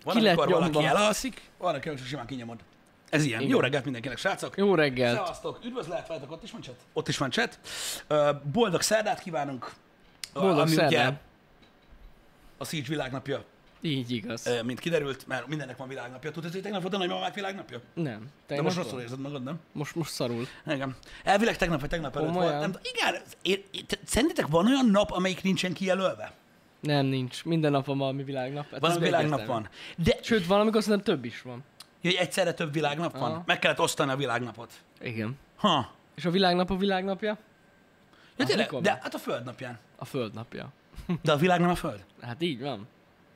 Van, Ki lett amikor valaki nyomva. elalszik, van, amikor simán kinyomod. Ez ilyen. Igen. Jó reggelt mindenkinek, srácok! Jó reggelt. Szevasztok! Üdvözlet, veletek, ott is van chat? Ott is van chat. Boldog szerdát kívánunk. Boldog ami ugye szerdát. a Siege világnapja, Így igaz. mint kiderült, mert mindennek van világnapja. Tudod, hogy tegnap volt a nagymamák világnapja? Nem. De most rosszul érzed magad, nem? Most szarul. Igen. Elvileg tegnap vagy tegnap előtt Komolyan? volt. Nem, igen, szerintetek van olyan nap, amelyik nincsen kijelölve? Nem, nincs. Minden nap van valami világnap. Hát Van, ez világnap egyértelmű. van. De Sőt, valamikor szerintem több is van. hogy egyszerre több világnap van? Aha. Meg kellett osztani a világnapot. Igen. Ha. És a világnapja? Ja, Az tényleg, mikor de van? hát a Föld napján. A földnapja. De a világ nem a Föld. Hát így van.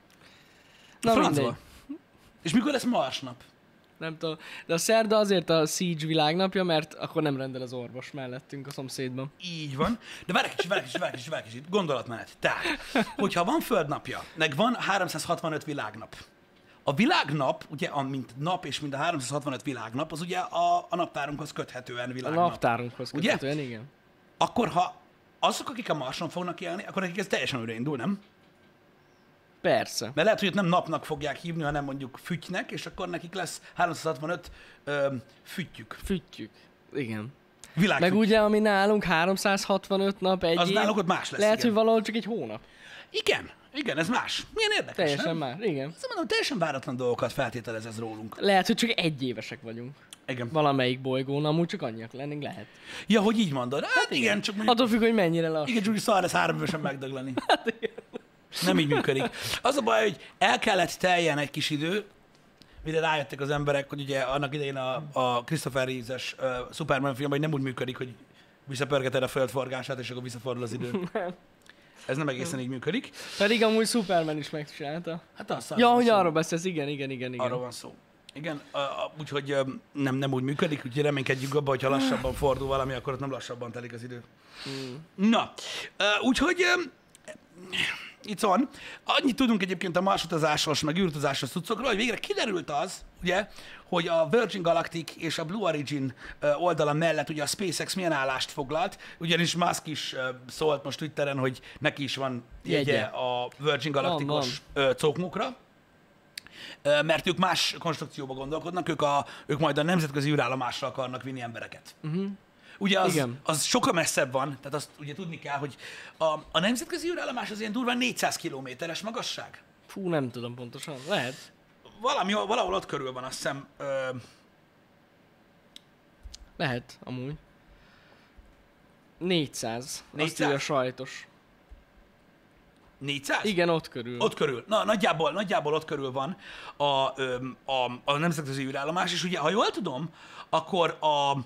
Na, Na francba. mindegy. És mikor lesz Mars nap? Nem tudom. De a szerda azért a Siege világnapja, mert akkor nem rendel az orvos mellettünk a szomszédban. Így van. De várj egy kicsit, gondolatmenet. Tehát, hogyha van Földnapja, meg van 365 világnap, a világnap, ugye, mint nap és mind a 365 világnap, az ugye a naptárunkhoz köthetően A világnap. naptárunkhoz Ugye? köthetően, igen. Akkor, ha azok, akik a Marson fognak élni, akkor nekik ez teljesen újraindul, nem? Persze. Mert lehet, hogy ott nem napnak fogják hívni, hanem mondjuk füttynek, és akkor nekik lesz 365 füttyük. Füttyük. Igen. Világfütty. Meg ugye, ami nálunk 365 nap, egy Az év, náluk ott más lesz, lehet, igen. hogy valahol csak egy hónap. Igen, ez más. Milyen érdekes, Teljesen nem? már. Igen. Azt mondom, teljesen váratlan dolgokat feltételez ez rólunk. Lehet, hogy csak egy évesek vagyunk. Igen. Valamelyik bolygón, amúgy csak annyiak lennénk, lehet. Ja, hogy így mondod. Hát igen, csak mondjuk, Attól függ, hogy mennyire lassú. igen, csak úgy szar lesz 3 évesen megdögleni. Nem így működik. Az a baj, hogy el kellett teljen egy kis idő, mire rájöttek az emberek, hogy ugye annak idején a Christopher Reeves-es Superman film, hogy nem úgy működik, hogy visszapörgeted a föld forgását, és akkor visszafordul az idő. Ez nem egészen így működik. Pedig amúgy Superman is megcsinálta. Hát azt Ja, hogy arról beszélsz, igen. Arról van szó. Igen, úgyhogy nem úgy működik, úgyhogy reménykedjük abban, hogyha lassabban fordul valami, akkor ott nem lassabban telik az idő. Na, úgyhogy itt van. Annyit tudunk egyébként a marsutazásról, meg űrutazásról cuccokról, hogy végre kiderült az, ugye, hogy a Virgin Galactic és a Blue Origin oldala mellett ugye a SpaceX milyen állást foglalt, ugyanis Musk is szólt most Twitteren, hogy neki is van jegye a Virgin Galacticos cokmukra, mert ők más konstrukcióba gondolkodnak, ők majd a nemzetközi űrállomásra akarnak vinni embereket. Ugye az sokkal messzebb van, tehát azt ugye tudni kell, hogy a nemzetközi űrállomás az ilyen durván 400 kilométeres magasság. Fú, nem tudom pontosan. Lehet. Valahol ott körül van, azt hiszem. Lehet, amúgy. 400. 400? Azt írja a sajtos. 400? Igen, ott körül. Ott körül. Na, nagyjából ott körül van a nemzetközi űrállomás, és ugye, ha jól tudom, akkor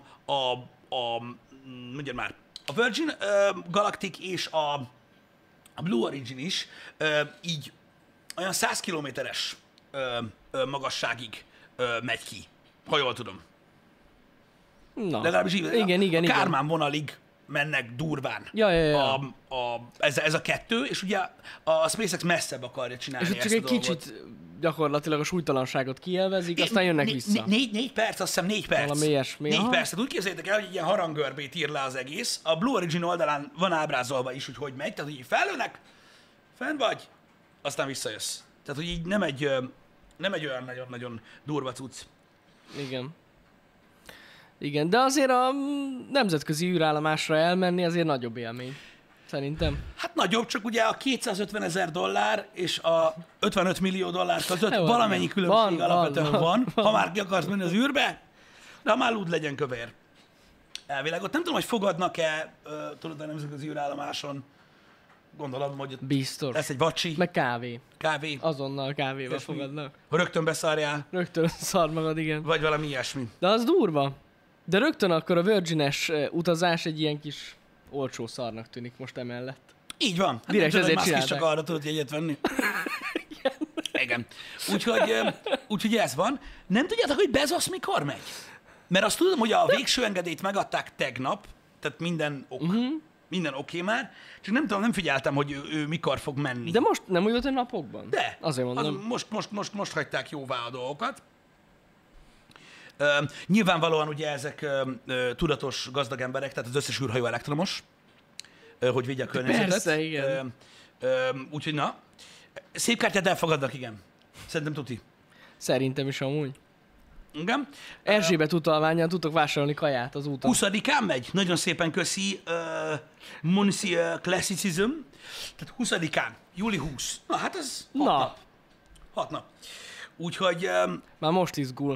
mondjam már, a Virgin Galactic és a Blue Origin is így olyan 100 kilométeres magasságig megy ki, ha jól tudom. Na. Legalábbis így, Igen. a Kármán vonalig mennek durván. Ja. Ez a kettő, és ugye a SpaceX messzebb akarja csinálni És ott ezt csak a egy dolgot. kicsit gyakorlatilag a súlytalanságot kielvezik, aztán jönnek vissza. 4 perc, azt hiszem 4 perc. Valami ilyesmi, 4 aha. perc. Tehát úgy képzeljétek el, hogy egy ilyen harangörbét ír le az egész. A Blue Origin oldalán van ábrázolva is, hogy megy. Tehát, hogy így felülnek, fenn vagy, aztán visszajössz. Tehát, hogy így nem egy olyan nagyon-nagyon durva cucc. Igen, de azért a nemzetközi űrállomásra elmenni azért nagyobb élmény. Szerintem. Hát nagyobb, csak ugye a $250,000 és a $55 millió között Jó, valamennyi különbség alapvetően van, van. ha már ki akarsz menni az űrbe, de ha már lúd legyen kövér. Elvileg ott nem tudom, hogy fogadnak-e, tudod, a nemzetközi űrállomáson, gondolom, hogy ott Biztos. lesz egy vacsi, Meg kávé. kávé, Azonnal kávéval És mi? fogadnak. hogy rögtön beszarjál, Rögtön szar magad, igen. vagy valami ilyesmi. De az durva. De rögtön akkor a Virgin-es utazás egy ilyen kis olcsó szarnak tűnik most emellett. Így van. Hát Direkt nem tudom, ezért hogy Musk is csinálták. csak arra tudott jegyet venni. Igen. Úgyhogy ez van. Nem tudjátok, hogy Bezos mikor megy? Mert azt tudom, hogy a végső engedélyt megadták tegnap, tehát minden minden oké már, csak nem tudom, nem figyeltem, hogy ő mikor fog menni. De most nem úgy volt, hogy napokban? De. Azért mondom. Most hagyták jóvá a dolgokat. Nyilvánvalóan ugye ezek tudatos gazdag emberek, tehát az összes űrhajó elektromos, hogy vigye a környezetet. Persze, igen. Úgyhogy na, szép kártyát elfogadnak, igen. Szerintem tuti. Szerintem is amúgy. Igen. Erzsébet utalványan tudtok vásárolni kaját az úton. 20-án megy. Nagyon szépen köszi Monsieur Classicism. Tehát 20-án, júli 20. Na hát ez 6 Na. nap. 6 nap. Úgyhogy Már most izgul.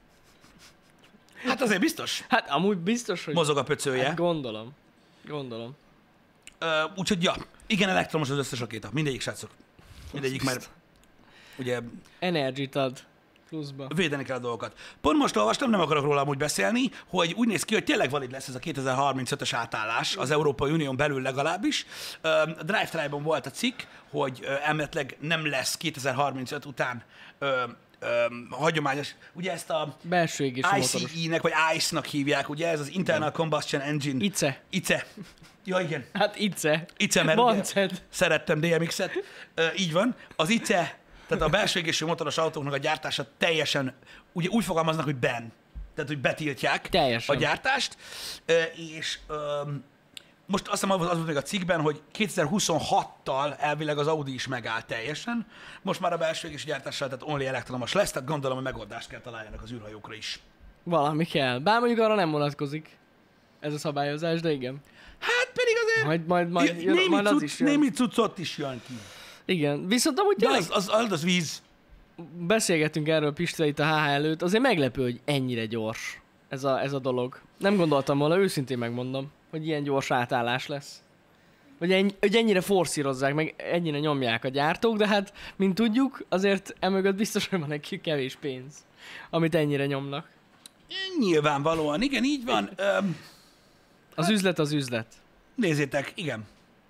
hát azért biztos Hát amúgy biztos, hogy... mozog a pöcője. Hát gondolom. Gondolom. Úgyhogy ja, igen, elektromos az összes rakéta. Mindegyik, srácok. Mindegyik, mert ugye Energy-t ad pluszba. védeni kell a dolgokat. Pont most olvastam, nem akarok róla amúgy beszélni, hogy úgy néz ki, hogy tényleg valid lesz ez a 2035-ös átállás az Európai Unión belül legalábbis. A Drive Tribe-on volt a cikk, hogy elméletileg nem lesz 2035 után hagyományos, ugye ezt a Belső égésű motoros. ICE-nek, vagy ICE-nak hívják, ugye ez az Internal Combustion Engine. ICE. ICE. Ja, igen. Hát ICE. ICE, mert ugye Banced. szerettem DMX-et. Így van. Az ICE, tehát a belső égésű motoros autóknak a gyártása teljesen, ugye úgy fogalmaznak, hogy ban. Tehát, hogy betiltják Teljesen. a gyártást. És most azt hiszem az volt még a cikkben, hogy 2026-tal elvileg az Audi is megállt teljesen. Most már a belső égésű gyártással, tehát only elektromos lesz, tehát gondolom, hogy megoldást kell találjanak az űrhajókra is. Valami kell. Bár mondjuk arra nem vonatkozik ez a szabályozás, de igen. Hát pedig azért Majd az is jön. némi cuccot is jön ki. Igen. Viszont amúgy De tényleg az víz. beszélgettünk erről Pistre itt a HH előtt, azért meglepő, hogy ennyire gyors ez a dolog. Nem gondoltam volna, őszintén megmondom, hogy ilyen gyors átállás lesz. Hogy ennyire forszírozzák, meg ennyire nyomják a gyártók, de hát, mint tudjuk, azért emögött biztos, hogy van egy kevés pénz, amit ennyire nyomnak. Nyilvánvalóan, igen, így van. Az üzlet az üzlet. Nézzétek, igen.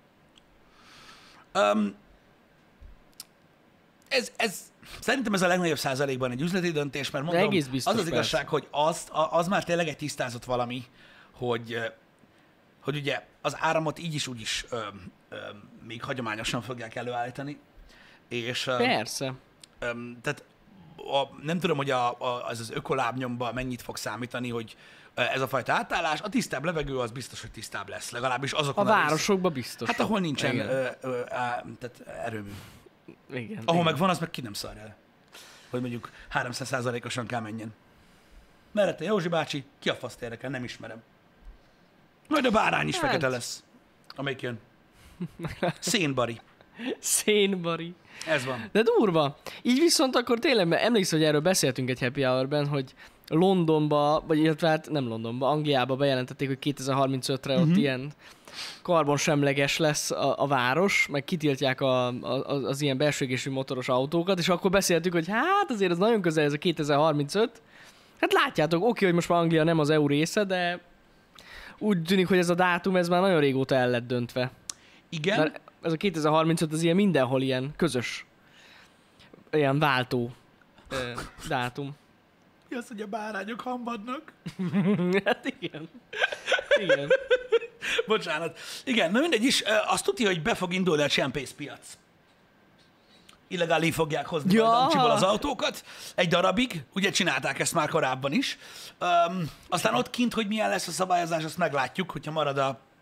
Szerintem ez a legnagyobb százalékban egy üzleti döntés, mert mondom, egész biztos, az igazság, hogy az már tényleg egy tisztázott valami, hogy ugye az áramot így is úgy is még hagyományosan fogják előállítani. És, Persze. tehát nem tudom, hogy az ökolábnyomban mennyit fog számítani, hogy ez a fajta átállás. A tisztább levegő az biztos, hogy tisztább lesz. Legalábbis azokon A városokban biztos. Hát ahol nincsen Igen. tehát erőmű. Igen. Ahol igen. meg van, az meg ki nem szarja el. Hogy mondjuk 300%-osan kell menjen. Merette Józsi bácsi, ki a faszt érdekel, nem ismerem. Majd a bárány is fekete lesz, amelyik jön. Szénbari. Szénbari. Ez van. De durva. Így viszont akkor tényleg, mert emlékszem, hogy erről beszéltünk egy happy hour-ben, hogy Londonba, vagy illetve hát nem Londonba, Angliába bejelentették, hogy 2035-re ott ilyen karbonsemleges lesz a város, meg kitiltják az ilyen belső égésű motoros autókat, és akkor beszéltük, hogy hát azért ez nagyon közel ez a 2035. Hát látjátok, oké, hogy most már Anglia nem az EU része, de úgy tűnik, hogy ez a dátum, ez már nagyon régóta el lett döntve. Igen. Mert ez a 2035 az ilyen mindenhol ilyen közös, ilyen váltó dátum. Mi az, hogy a bárányok hambadnak? Hát igen. Igen. Bocsánat. Igen, na mindegy is, azt tudja, hogy be fog indulni a csempészpiac. Illegális fogják hozni Ja. majd Amcsiból az autókat. Egy darabig, ugye csinálták ezt már korábban is. Aztán ott kint, hogy milyen lesz a szabályozás, azt meglátjuk, hogyha marad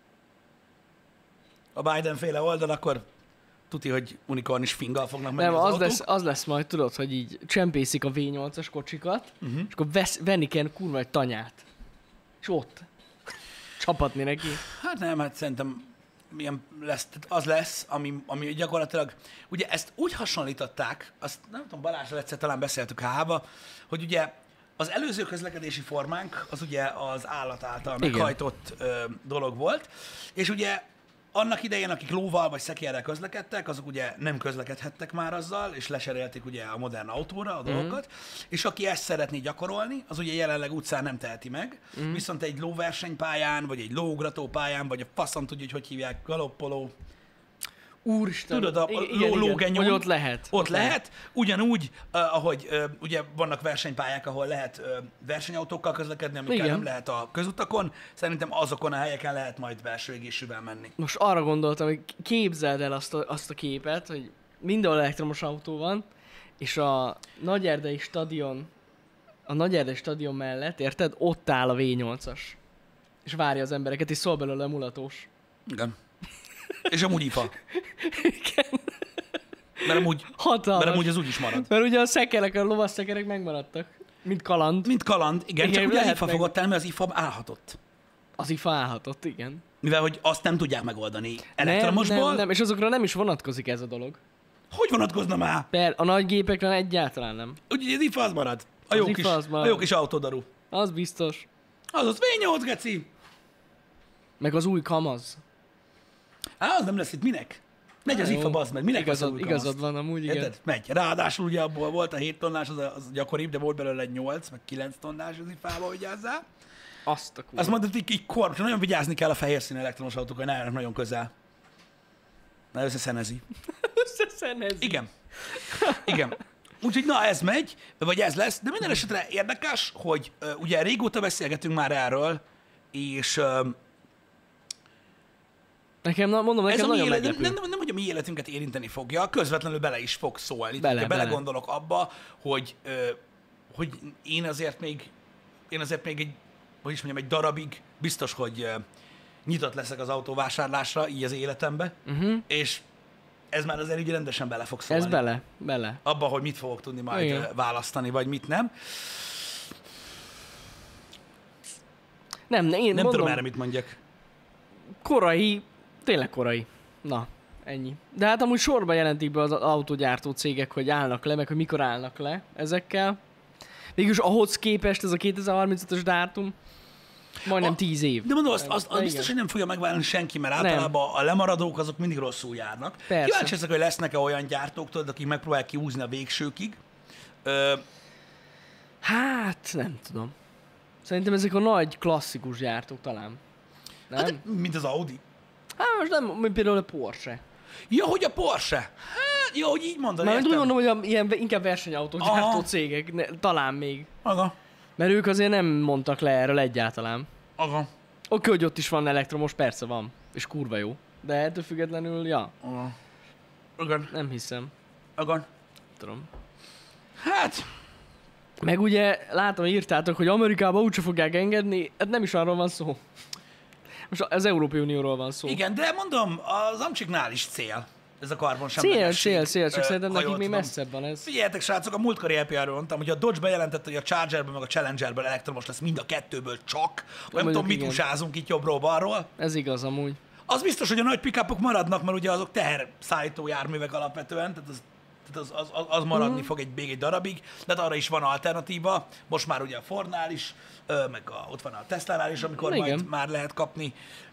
a Biden-féle oldal, akkor tudja, hogy unikorn is finggal fognak menni Nem, az autók. az lesz majd, tudod, hogy így csempészik a V8-as kocsikat, és akkor venni kell kurva egy tanyát. És ott csapatni neki. Hát nem, hát szerintem milyen lesz, tehát az lesz, ami gyakorlatilag, ugye ezt úgy hasonlították, azt nem tudom, Balázsral egyszer talán beszéltük hába, hogy ugye az előző közlekedési formánk az ugye az állat által meghajtott dolog volt, és ugye annak idején, akik lóval vagy szekérrel közlekedtek, azok ugye nem közlekedhettek már azzal, és leserélték ugye a modern autóra a dolgokat, és aki ezt szeretné gyakorolni, az ugye jelenleg utcán nem teheti meg, viszont egy lóversenypályán, vagy egy lóugratópályán, vagy a faszom tudja, hogy hívják, galoppoló, Úristen. tudod, a Igen, lógenyón, hogy ott lehet. Ott lehet. Ugyanúgy, ahogy ugye vannak versenypályák, ahol lehet versenyautókkal közlekedni, amikkel Igen. nem lehet a közutakon, szerintem azokon a helyeken lehet majd belső égésűvel menni. Most arra gondoltam, hogy képzeld el azt a képet, hogy mindenhol elektromos autó van, és a Nagyerdei stadion mellett, érted? Ott áll a V8-as. És várja az embereket, és szól belőle a mulatós. Igen. És a mugyifa. Igen. mert Hatalmas. amúgy az úgy is marad. Mert ugye a szekerek, a lovas szekerek megmaradtak. Mint kaland. Mint kaland, igen, Igen, csak ugye az lehet IFA meg. fogott el, mert az IFA állhatott. Az IFA állhatott, igen. Mivel, hogy azt nem tudják megoldani elektromosból. Nem, és azokra nem is vonatkozik ez a dolog. Hogy vonatkozna már? A nagy gépekre egyáltalán nem. Úgyhogy az IFA az marad. A jó, IFA az marad. a jó kis autódaru. Az biztos. Az V8, geci. Meg az új kamaz. Az nem lesz itt, minek? Megy az Jó. IFA, bazd meg, minek lesz az új Igazad kamaszt? van amúgy, igen. Érted? Megy. Ráadásul ugye abból volt a 7 tonnás, az gyakoribb, de volt belőle egy 8, meg 9 tonnás az IFA-ba, vigyázzál. Azt a kurva. Azt mondod, hogy így korp, nagyon vigyázni kell a fehér színű elektromos autók, hogy ne álljanak nagyon közel. Na, összeszenezi. Összeszenezi. Igen. Igen. Úgyhogy na, ez megy, vagy ez lesz, de minden esetre érdekes, hogy ugye régóta beszélgetünk már erről, és Nekem, mondom, ez nekem a mi nagyon élet, meglepő. nem, hogy a mi életünket érinteni fogja, közvetlenül bele is fog szólni. Bele, Bele, bele. belegondolok abba, hogy én azért még egy, hogy is mondjam, egy darabig biztos, hogy nyitott leszek az autóvásárlásra, így az életembe, és ez már azért így rendesen bele fog szólni. Ez bele. Abba, hogy mit fogok tudni majd Igen. választani, vagy mit nem. Nem, én Nem mondom, tudom erre mit mondjak. korai, tényleg korai. Na, ennyi. De hát amúgy sorba jelentik be az autógyártó cégek, hogy állnak le, meg hogy mikor állnak le ezekkel. Végülis ahhoz képest ez a 2035-ös dátum majdnem 10 év. De mondom, azt De biztos, igen. hogy nem fogja megválni senki, mert Nem. általában a lemaradók azok mindig rosszul járnak. Persze. Kíváncsi leszek, hogy lesznek-e olyan gyártók, tudod, akik megpróbálják kihúzni a végsőkig. Hát, nem tudom. Szerintem ezek a nagy klasszikus gyártók talán. Nem? Hát, mint az Audi. Hát most nem, mint például a Porsche. Ja, hogy a Porsche. Hát, jó, hogy így mondod, Már úgy értem. mondom, hogy ilyen inkább versenyautók Aha. gyártó cégek, talán még. Aga, Mert ők azért nem mondtak le erről egyáltalán. aga, Oké, hogy ott is van elektromos, persze van. És kurva jó. De ettől függetlenül, ja, aga. Igen, nem hiszem. igen. Tudom. Hát, Meg ugye, látom, írtátok, hogy Amerikában úgyse fogják engedni, hát nem is arról van szó. Most az Európai Unióról van szó. igen, de mondom, az Amcsiknál is cél. Ez a karbon Cél, csak szerintem nekik még messzebb van ez. Figyeljetek, srácok, a múltkori LPR-ről mondtam, hogy a Dodge bejelentette, hogy a Chargerből meg a Challengerből elektromos lesz mind a kettőből csak. Nem tudom, mit igen. húsázunk itt jobbról-balról. Ez igaz amúgy. Az biztos, hogy a nagy pickupok maradnak, mert ugye azok teherszállító járművek alapvetően, tehát az maradni fog még egy darabig, de hát arra is van alternatíva. Most már ugye a Fordnál is, meg ott van a Tesla-nál is, amikor Igen. majd már lehet kapni.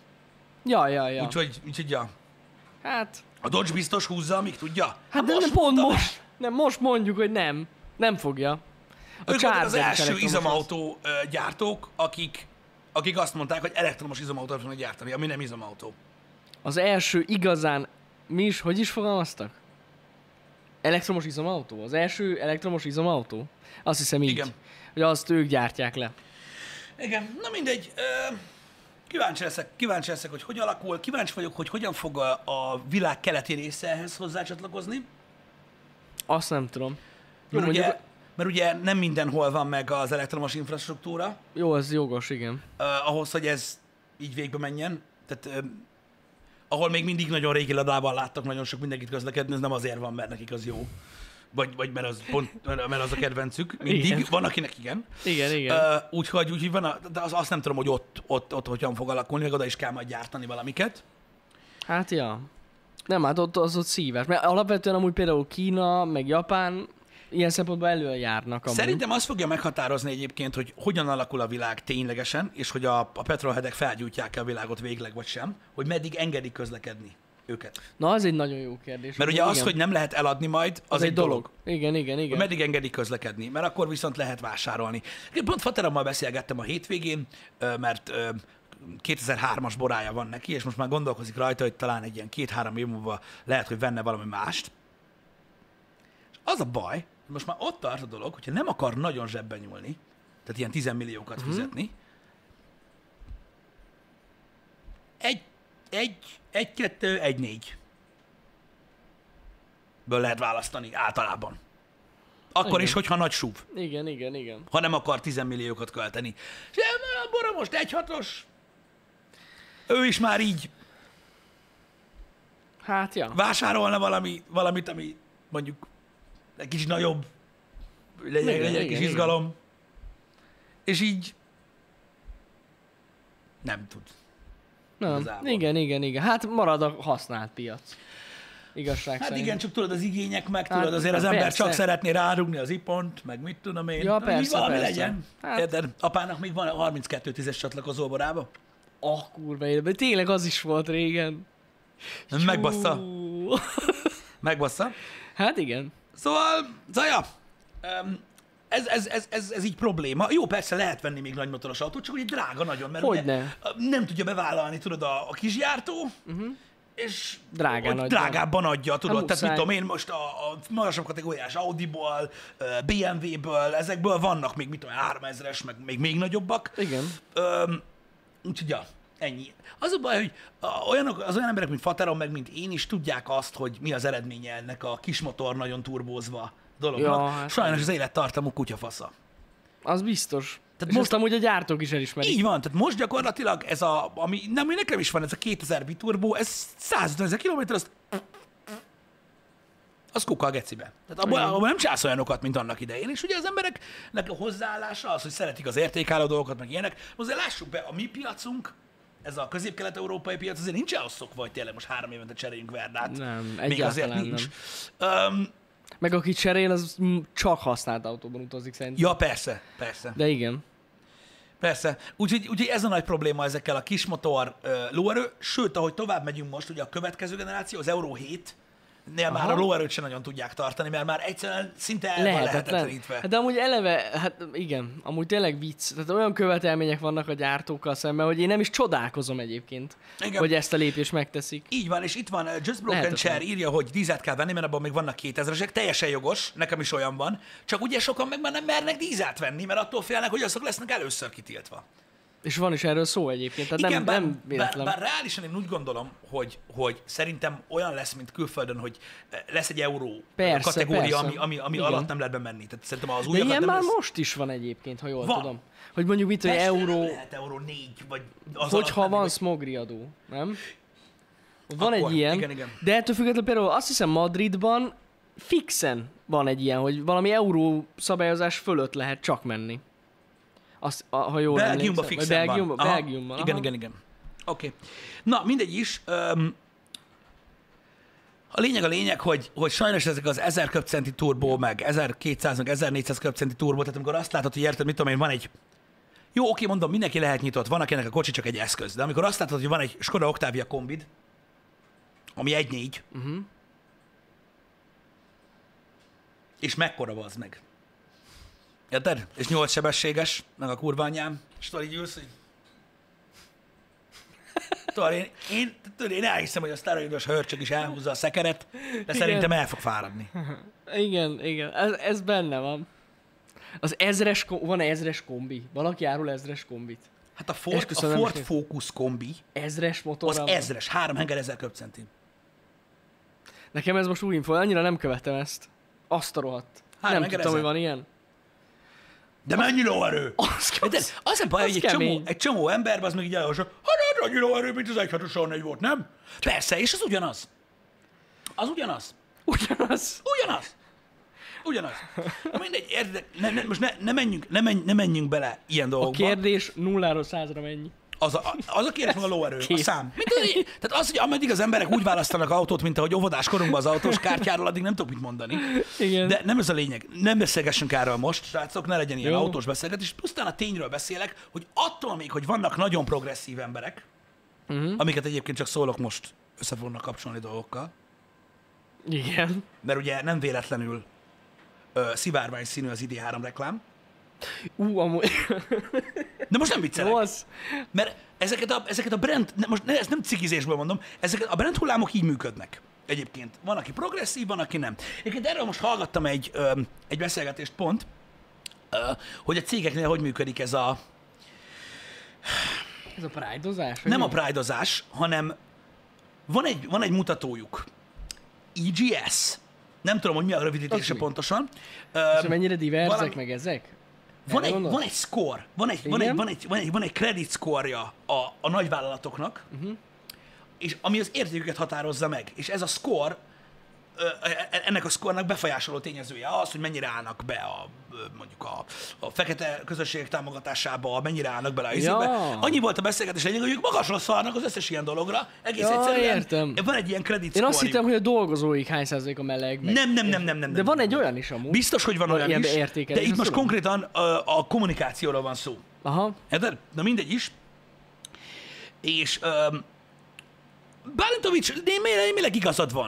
Ja. Úgyhogy ja. Hát, A Dodge biztos húzza, amíg tudja. hát de pont most. Nem, most mondjuk, hogy nem. Nem fogja. A Ők voltak az Charger is első elektromos izomautó gyártók, akik azt mondták, hogy elektromos izomautót fognak gyártani, ami nem izomautó. Az első igazán, hogy is fogalmaztak? Elektromos izomautó? Az első elektromos izomautó? Azt hiszem így. Igen. Hogy azt ők gyártják le. Igen, na mindegy. Kíváncsi leszek, hogy hogy alakul. Kíváncsi vagyok, hogy hogyan fog a világ keleti része ehhez hozzácsatlakozni. Azt nem tudom. Jó, Mert ugye nem mindenhol van meg az elektromos infrastruktúra, jó, ez jogos, igen. ahhoz, hogy ez így végbe menjen. Tehát ahol még mindig nagyon régi ladában láttak nagyon sok mindenkit közlekedni, ez nem azért van, mert nekik az jó. Vagy mert mert az a kedvencük. Mindig. Igen. Van, akinek igen. Igen. Úgyhogy van, de azt nem tudom, hogy ott hogyan fog alakulni, meg oda is kell majd gyártani valamiket. Hát ja. Nem, hát ott szívás. Mert alapvetően amúgy például Kína, meg Japán ilyen szempontból előjárnak amúgy. Szerintem azt fogja meghatározni egyébként, hogy hogyan alakul a világ ténylegesen, és hogy a petrolheadek felgyújtják-e a világot végleg, vagy sem, hogy meddig engedik közlekedni őket. Na, az egy nagyon jó kérdés. Mert ugye az, hogy nem lehet eladni majd, az egy dolog. Igen. Hogy meddig engedik közlekedni, mert akkor viszont lehet vásárolni. Pont Faterammal beszélgettem a hétvégén, mert 2003-as borája van neki, és most már gondolkozik rajta, hogy talán egy ilyen 2-3 év múlva lehet, hogy venne valami mást. És az a baj, most már ott tart a dolog, hogyha nem akar nagyon zsebben nyúlni, tehát ilyen 10 milliókat fizetni, egy, kettő, egy, négy ből lehet választani általában. Akkor Igen. is, hogyha nagy SUV. Igen. Ha nem akar 10 milliókat költeni. És a Bora most 1.6-os. Ő is már így Hát ja. vásárolna valamit, ami mondjuk egy kicsit nagyobb, legyen egy kis igen. izgalom, és így nem tud. Nem. Igazából. Igen. Hát marad a használt piac. Igazság Hát szerint. igen, csak tudod, az igények meg, Hát, tudod, azért az hát ember persze. csak szeretné rárugni az ipont, meg mit tudom én. Ja, hogy persze, valami persze. legyen. Hát- Érted? Apának még van 32 tízes csatlakozó borába. Kurva életben. Tényleg az is volt régen. Megbassza. Csú. Megbassza. Hát igen. Szóval, ja, ez így probléma. Jó, persze lehet venni még nagymotoros autót, csak ugye drága nagyon, mert ugye Hogyne. nem tudja bevállalni, tudod, a kisgyártó, és Drágán hogy adja. drágábban adja, tudod. Tehát mit muszáj. tudom én, most a magasabb kategóriás Audiból, BMW-ből, ezekből vannak még, mit tudom, 3000-es, meg még nagyobbak. Igen. Úgyhogy ja, ennyi. Az a baj, hogy az olyan emberek, mint Fateron, meg mint én is tudják azt, hogy mi az eredménye ennek a kismotor nagyon turbózva dolognak. Ja, hát Sajnos az élettartamú kutyafasza. Az biztos. Tehát És most- most amúgy a gyártók is elismerik. Így van, tehát most gyakorlatilag ez ami nekem is van, ez a 2000 biturbo, ez 150 000 kilométer, az kuka a gecibe. Tehát abban nem csinálsz olyanokat, mint annak idején. És ugye az embereknek a hozzáállása az, hogy szeretik az értékálló dolgokat, meg ilyenek. Azért lássuk be, a mi piacunk, ez a közép-kelet-európai piac azért nincs ahhoz szokva, hogy tényleg most 3 évente cseréljünk Verdát. Nem, Még azért egyáltalán nincs. Meg aki cserél, az csak használt autóban utazik szerintem. Ja, persze. De igen. Persze. Úgyhogy ez a nagy probléma ezekkel a kismotor lóerő, sőt, ahogy tovább megyünk most, ugye a következő generáció, az Euro 7, már a lóerőt sem nagyon tudják tartani, mert már egyszerűen szinte el van Lehetetlen. lehetetlenítve. Hát de amúgy eleve, hát igen, amúgy tényleg vicc. Tehát olyan követelmények vannak a gyártókkal szemben, hogy én nem is csodálkozom egyébként, Igen. hogy ezt a lépést megteszik. Így van, és itt van Just Broken Lehetetlen. Chair írja, hogy dízelt kell venni, mert abban még vannak 2000-esek, teljesen jogos, nekem is olyan van, csak ugye sokan meg már nem mernek dízelt venni, mert attól félnek, hogy azok lesznek először kitiltva. És van is erről szó egyébként, tehát Igen, nem véletlen. bár reálisan én úgy gondolom, hogy szerintem olyan lesz, mint külföldön, hogy lesz egy euró Persze, kategória, persze. ami Igen. alatt nem lehet bemenni. Tehát szerintem az De újakat ilyen nem már lesz. most is van egyébként, ha jól Van. tudom. Hogy mondjuk mit, hogy Pestre nem euró, lehet euró 4, vagy az alatt hogyha menni, van vagy- smogriadó, nem? Van Akkor, egy ilyen, igen. de ettől függetlenül például azt hiszem Madridban fixen van egy ilyen, hogy valami euró szabályozás fölött lehet csak menni. Azt, ha jól Belgiumban emlékszem. fixen Vagy van. Aha. Belgiumban. Igen, aha. igen. Oké. Na, mindegy is. A lényeg, hogy sajnos ezek az 1000 köbcenti turbó, meg 1200, meg 1400 köbcenti turbó, tehát amikor azt látod, hogy érted, mit tudom én, van egy... Jó, oké, mondom, mindenki lehet nyitott, van, akinek a kocsi csak egy eszköz, de amikor azt látod, hogy van egy Skoda Octavia kombid, ami 1.4, és mekkora az meg. Érted? És 8 sebességes, meg a kurva anyám, és tudod, így ülsz, hogy... Tudod, én elhiszem, hogy a szteroidos hörcsög is elhúzza a szekeret, de szerintem el fog fáradni. Igen. Ez benne van. Az van ezres kombi? Valaki árul ezres kombit? Hát a Ford Esküszöm, nem is Focus kombi, Ezres az motorral? ezres, 3 henger 1000 köbcenti. Nekem ez most új info, annyira nem követem ezt. Azt a rohadt. Három Nem tudtam, ezer. hogy van ilyen. De mennyi lóerő? Az a baj, az hogy kemény. egy csomó ember, az meg így elolvasott, hát annyi lóerő, mint az 1.6-os volt, nem? Persze, és az ugyanaz. Az ugyanaz. Ugyanaz. Na mindegy, érted, most ne menjünk bele ilyen A dolgokba. kérdés 0-ról 100-ra mennyi? Az a kérdés, meg a lóerő, a Kész. szám. Tehát az, hogy ameddig az emberek úgy választanak autót, mint ahogy óvodás korunkban az autós kártyáról, addig nem tudok mit mondani. Igen. De nem ez a lényeg. Nem beszélgessünk erről most, srácok, ne legyen ilyen Jó. autós beszélgetés. Pusztán a tényről beszélek, hogy attól még, hogy vannak nagyon progresszív emberek, amiket egyébként csak szólok most, össze fognak kapcsolni dolgokkal, Igen. mert ugye nem véletlenül szivárvány színű az ID3 reklám. Amúgy... De most nem viccelek. Rossz. Mert ezeket a brand, ezt nem cikizésből mondom, ezeket a brand hullámok így működnek. Egyébként. Van, aki progresszív, van, aki nem. Egyébként erről most hallgattam egy beszélgetést pont, hogy a cégeknél hogy működik ez a... Ez a pride-ozás? Nem a pride-ozás, hanem van egy mutatójuk. EGS. Nem tudom, hogy mi a rövidítése Az mi? pontosan. És mennyire diverzek valami- meg ezek? Van Erre egy gondolsz? score, van egy credit score-ja a nagyvállalatoknak, és ami az értéküket határozza meg. És ez a score ennek a szkornak befolyásoló tényezője az, hogy mennyire állnak be mondjuk a fekete közösségek támogatásába, mennyire állnak bele a izébe. Annyi volt a beszélgetés lényeg, hogy ők magasra szarnak az összes ilyen dologra. Egész egyszerűen értem. van egy ilyen credit Én azt hittem, hogy a dolgozóik hány százalék a meleg. Nem. De van egy olyan is amúgy. Biztos, hogy van olyan is, de itt most konkrétan a kommunikációról van szó. Aha. Érted? Na mindegy is. És Bálintowicz, némileg igazad van.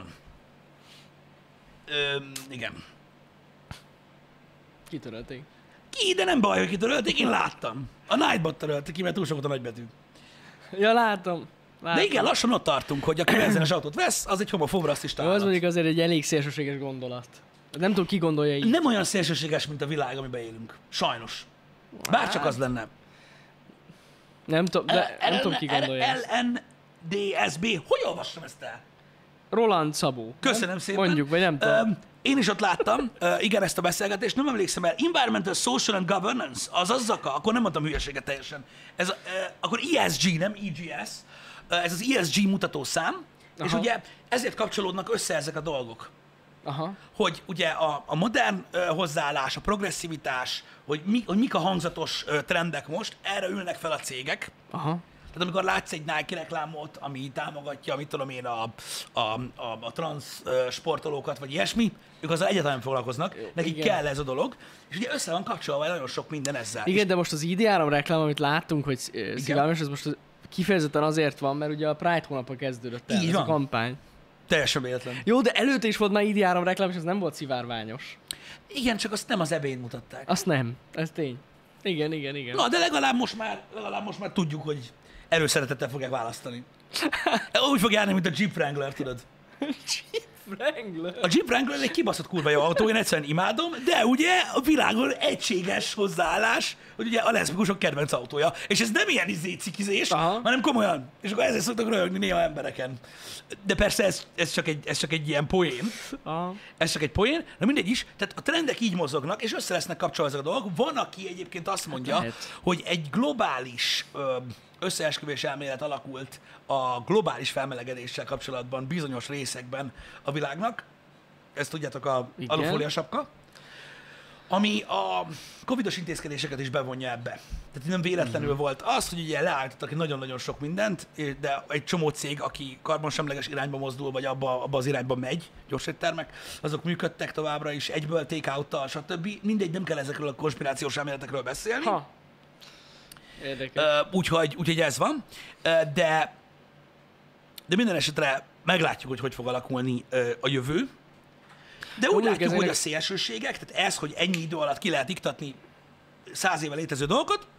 Igen. Kitörölték. De nem baj, hogy kitörölték, én láttam. A Nightbot törölte ki, mert túl sok volt a nagybetű. Ja, látom. De igen, lassan ott tartunk, hogy aki benzenes autót vesz, az egy homofób rasszista állat. Az mondjuk azért egy elég szélsőséges gondolat. Nem tudom, ki gondolja így. Nem olyan szélsőséges, mint a világ, amiben élünk. Sajnos. Bárcsak az lenne. Nem tudom, ki gondolja ezt. LNDSB. Hogy olvassam ezt el? Roland Szabó. Köszönöm szépen. Mondjuk, vagy nem tudom. Én is ott láttam, igen, ezt a beszélgetést, nem emlékszem el. Environmental, Social and Governance, az ZAKA, akkor nem mondtam hülyeséget teljesen. Ez akkor ESG, nem EGS, ez az ESG mutatószám, és ugye ezért kapcsolódnak össze ezek a dolgok. Aha. Hogy ugye a modern hozzáállás, a progresszivitás, hogy mik a hangzatos trendek most, erre ülnek fel a cégek. Aha. Tehát amikor látsz egy Nike reklámot, ami támogatja, mit tudom én, a trans sportolókat, vagy ilyesmi, ők azzal egyáltalán nem foglalkoznak, nekik kell ez a dolog, és ugye össze van kapcsolva nagyon sok minden ezzel. Igen, de most az ID3 reklám, amit láttunk, hogy szivárványos, ez most kifejezetten azért van, mert ugye a Pride hónapra kezdődött el ez a kampány. Teljesen véletlen. Jó, de előtte is volt már ID3 reklám, és ez nem volt szivárványos. Igen, csak azt nem az ebén mutatták. Azt nem, ez tény. Igen. Na, de legalább most már tudjuk, hogy előszeretettel fogják választani. Úgy fog járni, mint a Jeep Wrangler, tudod? A Jeep Wrangler egy kibaszott kurva jó autó, én egyszerűen imádom, de ugye a világon egységes hozzáállás, hogy ugye a leszbikusok kedvenc autója. És ez nem ilyen cikizés, hanem komolyan. És akkor ezzel szoktak röhögni néha embereken. De persze ez csak egy ilyen poén. Ez csak egy poén. Na mindegy is, tehát a trendek így mozognak, és össze lesznek kapcsolva ezek a dolgok. Van, aki egyébként azt mondja, hogy egy globális összeesküvés elmélet alakult a globális felmelegedéssel kapcsolatban bizonyos részekben a világnak. Ezt tudjátok, a alufólia sapka. Ami a covidos intézkedéseket is bevonja ebbe. Tehát nem véletlenül volt az, hogy ugye leállítottak nagyon-nagyon sok mindent, de egy csomó cég, aki karbonsemleges irányba mozdul, vagy abba az irányba megy, gyorséttermek, azok működtek továbbra is egyből, take-out-tal, stb. Mindegy, nem kell ezekről a konspirációs elméletekről beszélni. Úgyhogy ez van, de minden esetre meglátjuk, hogy fog alakulni a jövő. De úgy látjuk, hogy a szélsőségek, tehát ez, hogy ennyi idő alatt ki lehet iktatni 100 éve létező dolgokat,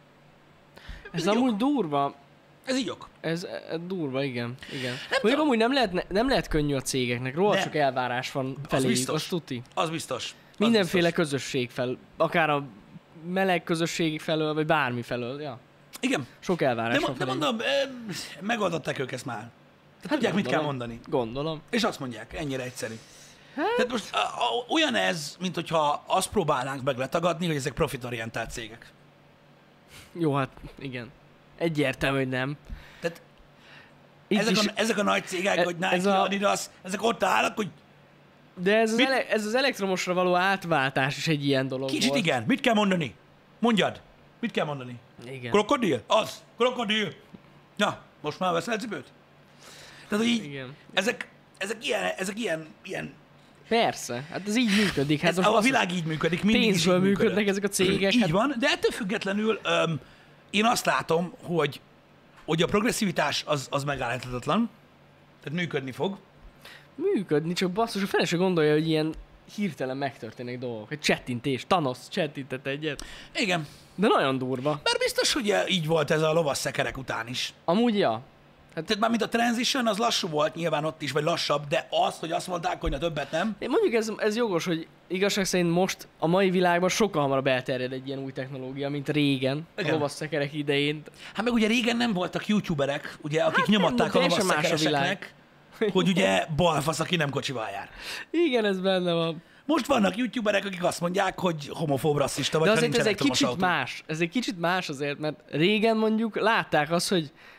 ez amúgy durva. Ez így ok. Ez durva, igen. Mondjuk amúgy nem lehet könnyű a cégeknek, róla csak elvárás van feléjük, az tuti. Az biztos. Mindenféle közösség fel, akár a meleg közösség felől, vagy bármi felől, ja. Igen. Sok elvárás van feléjük. De mondom, megoldották ők ezt már. Tehát tudják, mit kell mondani. Gondolom. És azt mondják, ennyire egyszerű. Tehát most olyan ez, mint hogyha azt próbálnánk meg letagadni, hogy ezek profitorientált cégek. Jó, hát igen. Egyértelmű, hogy nem. Tehát ezek a nagy cégek, hogy Nike, Adidas, ezek ott állnak, hogy... De ez az elektromosra való átváltás is egy ilyen dolog Kicsit volt. Igen. Mit kell mondani? Mondjad. Mit kell mondani? Igen. Krokodil? Az. Krokodil. Na, most már veszel cipőt? Tehát, hogy így, igen. Ezek ilyen... Persze, hát ez így működik. Hát a világ így működik, mindig pénzből is így működnek ezek a cégek. Így van, de ettől függetlenül én azt látom, hogy a progresszivitás az megállíthatatlan, tehát működni fog. Működni, csak basszus, a fele se gondolja, hogy ilyen hirtelen megtörténnek dolgok. Egy csettintés, Thanos csettintett egyet. Igen. De nagyon durva. Mert biztos, hogy így volt ez a lovasszekerek után is. Amúgy, ja. Hát, tehát már mint a transition, az lassú volt nyilván ott is, vagy lassabb, de az, hogy azt mondták, hogy na többet nem. Mondjuk ez jogos, hogy igazság szerint most a mai világban sokkal hamarabb elterjed egy ilyen új technológia, mint régen, igen. A lovasszekerek idején. Hát meg ugye régen nem voltak youtuberek, ugye, akik nyomatták a lovasszekereseknek, hogy ugye balfasz, aki nem kocsival jár. Igen, ez benne van. Most vannak youtuberek, akik azt mondják, hogy homofób, rasszista, vagy de ha azért nincs ez egy kicsit autó. más. Ez egy kicsit más azért, mert régen mondjuk látták azt, hogy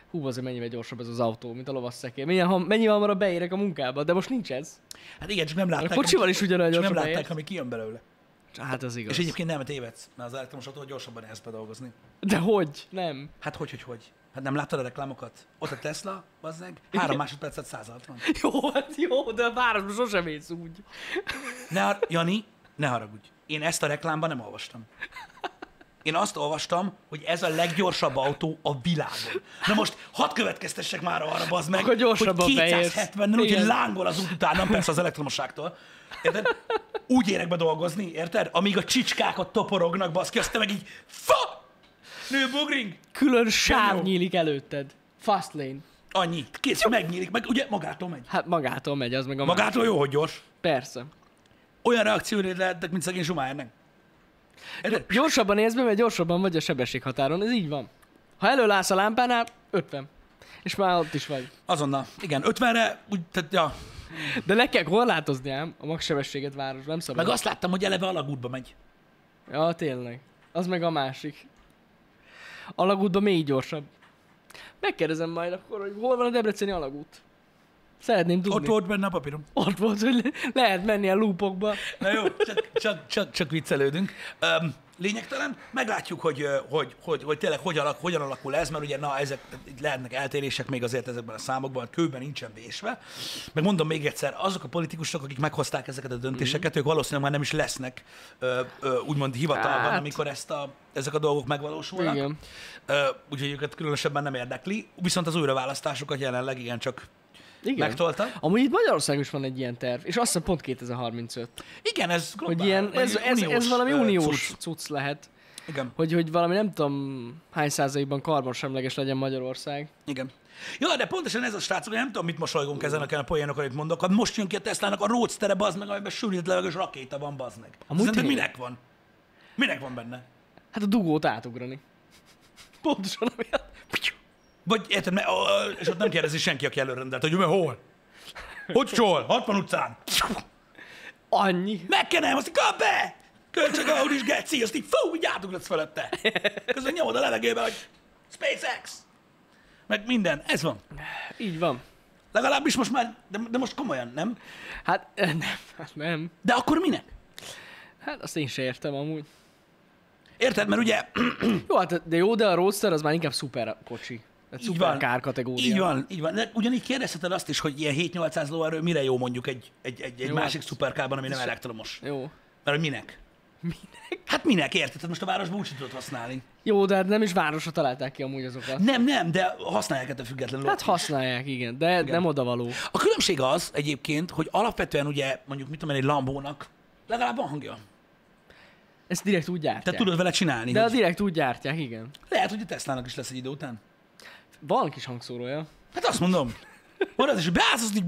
hú, azért mennyivel gyorsabb ez az autó, mint a lovasszekér. Mennyivel hamarabb beérek a munkába, de most nincs ez. Hát igen, csak nem látták. A kocsival is ugyanolyan csak nem gyorsan látták, beérsz. ami kijön belőle. Hát az igaz. És egyébként nem tévedsz, mert az elektromos autó gyorsabban érsz be dolgozni. De hogy? Nem. Hát hogy? Hát nem láttad a reklámokat? Ott a Tesla, bazzeg, 3 másodpercet 160. Jó, hát jó, de a városban sosem mész úgy. Jani, ne haragudj. Én ezt a reklámban nem olvastam. Én azt olvastam, hogy ez a leggyorsabb autó a világon. Na most hadd következtessek már arra, bazd meg, Akkor gyorsabban hogy beérsz. 270, úgyhogy Igen. lángol az út után, nem persze az elektromosságtól. Érted? Úgy érek be dolgozni, érted? Amíg a csicskákat toporognak, baszki, azt te meg így Nürburgring! Külön sáv jó. nyílik előtted. Fast lane. Annyi. Kész, megnyílik, meg ugye magától megy. Hát magától megy, az meg a Magától jó, hogy gyors. Persze. Olyan reakcióid lehetnek, mint szegény Schumachernek. Érted? Gyorsabban érsz be, mert gyorsabban vagy a sebességhatáron. Ez így van. Ha előállsz a lámpánál, 50. És már ott is vagy. Azonnal. Igen, 50-re, úgy, tehát, ja. De le kell korlátozni ám a magsebességet város, nem szabad. Meg azt láttam, hogy eleve alagútba megy. Ja, tényleg. Az meg a másik. Alagútban még gyorsabb. Megkérdezem majd akkor, hogy hol van a debreceni alagút. Szeretném tudni. Ott volt benne a papírom. Ott volt, hogy lehet menni a loopokba. Na jó, csak viccelődünk. Lényegtelen. Meglátjuk, hogy tényleg hogyan alakul ez, mert ugye ezek lehetnek eltérések még azért ezekben a számokban, a kőben nincsen vésve. Meg mondom még egyszer, azok a politikusok, akik meghozták ezeket a döntéseket, ők valószínűleg már nem is lesznek úgymond hivatalban, amikor ezek a dolgok megvalósulnak. Igen. Úgyhogy őket különösebben nem érdekli. Viszont az újraválasztásokat jelenleg igencsak Igen. megtolta. Amúgy itt Magyarországon is van egy ilyen terv, és azt hiszem pont 2035. Igen, ez Hogy ilyen, ez valami uniós cucc lehet. Igen. Hogy valami nem tudom hány százalékban karbonsemleges legyen Magyarország. Igen. Ja, de pontosan ez a srácok, nem tudom, mit mosolygunk ezen a poénokon, amit mondok. Hát most jön ki a Teslának a Roadster-e, bazd meg, amiben sűrített levegős rakéta van, bazd meg. Szerinted tényleg? minek van? Minek van benne? Hát a dugót átugrani. Pontosan amiatt. Vagy érted, és ott nem kérdezi senki, aki előrendelt, hogy hol? Hogy hol? 60 utcán. Annyi. Megkenem, azt így kap be! Kölcsök Audis geci, azt így fú, így átugratsz fölötte. Közben nyomod a levegőbe, hogy SpaceX. Meg minden, ez van. Így van. Legalábbis most már, de most komolyan, nem? Hát nem. De akkor minek? Hát azt én se értem amúgy. Érted, mert ugye Jó, hát de a Roadster az már inkább szuper kocsi. Tehát Így szuper van. kár kategória. így van. De ugyanígy kérdezheted azt is, hogy ilyen 7-800 lóerő mire jó mondjuk egy Jó, másik hát- szuperkárban, ami nem elektromos. Jó. Mert hogy minek? Minek? Hát minek, érted? Tehát most a városban úgy sem tudod használni. Jó, de hát nem is városra találták ki amúgy azokat. Nem, de használják ettől függetlenül. Hát használják, igen, de nem odavaló. A különbség az egyébként, hogy alapvetően ugye mondjuk mit tudom én, egy Lambónak legalább van hangja. Ezt direkt úgy gyártják. Tehát tudod vele csinálni. De Hogy direkt úgy gyártják, igen. lehet, hogy a Teslának is lesz egy idő után. Van kis hangszórója. Hát azt mondom. Van az is, hogy beállsz, azt így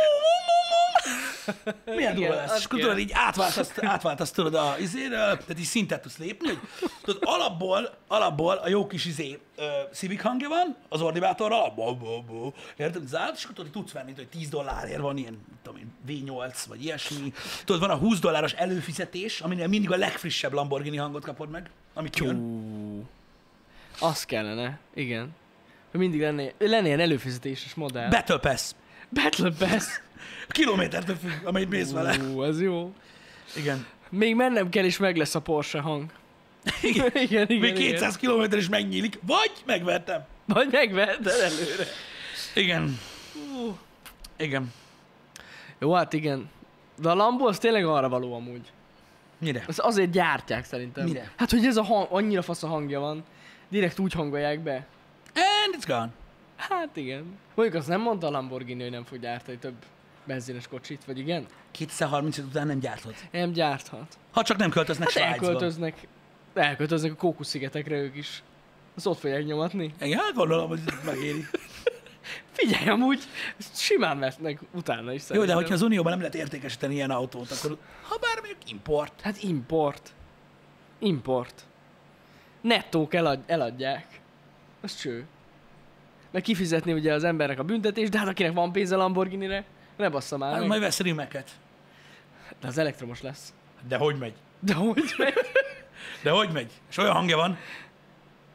milyen durva lesz. az És akkor kell. tudod, így átváltasz tudod a izéről, tehát így szintet tudsz lépni, hogy tudod, alapból a jó kis Civic hangja van, az ordibátorral, érted, zárt, és akkor tudod, tudsz venni, hogy $10 van ilyen, mit tudom én, V8, vagy ilyesmi. Tudod, van a $20 előfizetés, aminél mindig a legfrissebb Lamborghini hangot kapod meg, ami kijön. Az kellene, igen. Hogy mindig lenne ilyen előfizetéses modell. Battle Pass. Battle Pass. A kilométertől függ, amelyet mész vele. Ez jó. Igen. Még mennem kell, és meg lesz a Porsche hang. Igen. Igen. Még 200 km is megnyílik, vagy megvertem. Vagy megveheted előre. Igen. Igen. Jó, hát igen. De a Lambo az tényleg arra való amúgy. Mire? Azt azért gyártják szerintem. Mire? Hát, hogy ez a hang, annyira fasz a hangja van. Direkt úgy hangolják be. And it's gone. Hát igen. Mondjuk azt nem mondta a Lamborghini, hogy nem fog gyártani több benzines kocsit, vagy igen? 2035 után nem gyárthat. Nem gyárthat. Ha csak nem költöznek Hát Svájcba. elköltöznek a Kókusz-szigetekre ők is. Azt ott fogják nyomatni. Igen, hát gondolom, hogy megéri. Figyelj, amúgy simán vesznek utána is Jó, szerintem. de hogyha az Unióban nem lehet értékesíteni ilyen autót, akkor ha bár mondjuk import. Hát import. Nettók eladják. Az cső. Meg kifizetni ugye az embernek a büntetést, de hát akinek van pénze Lamborghinire, ne bassza már Hát meg. majd vesz rimeket. De az elektromos lesz. De hogy megy? De hogy megy? De hogy megy? És olyan hangja van.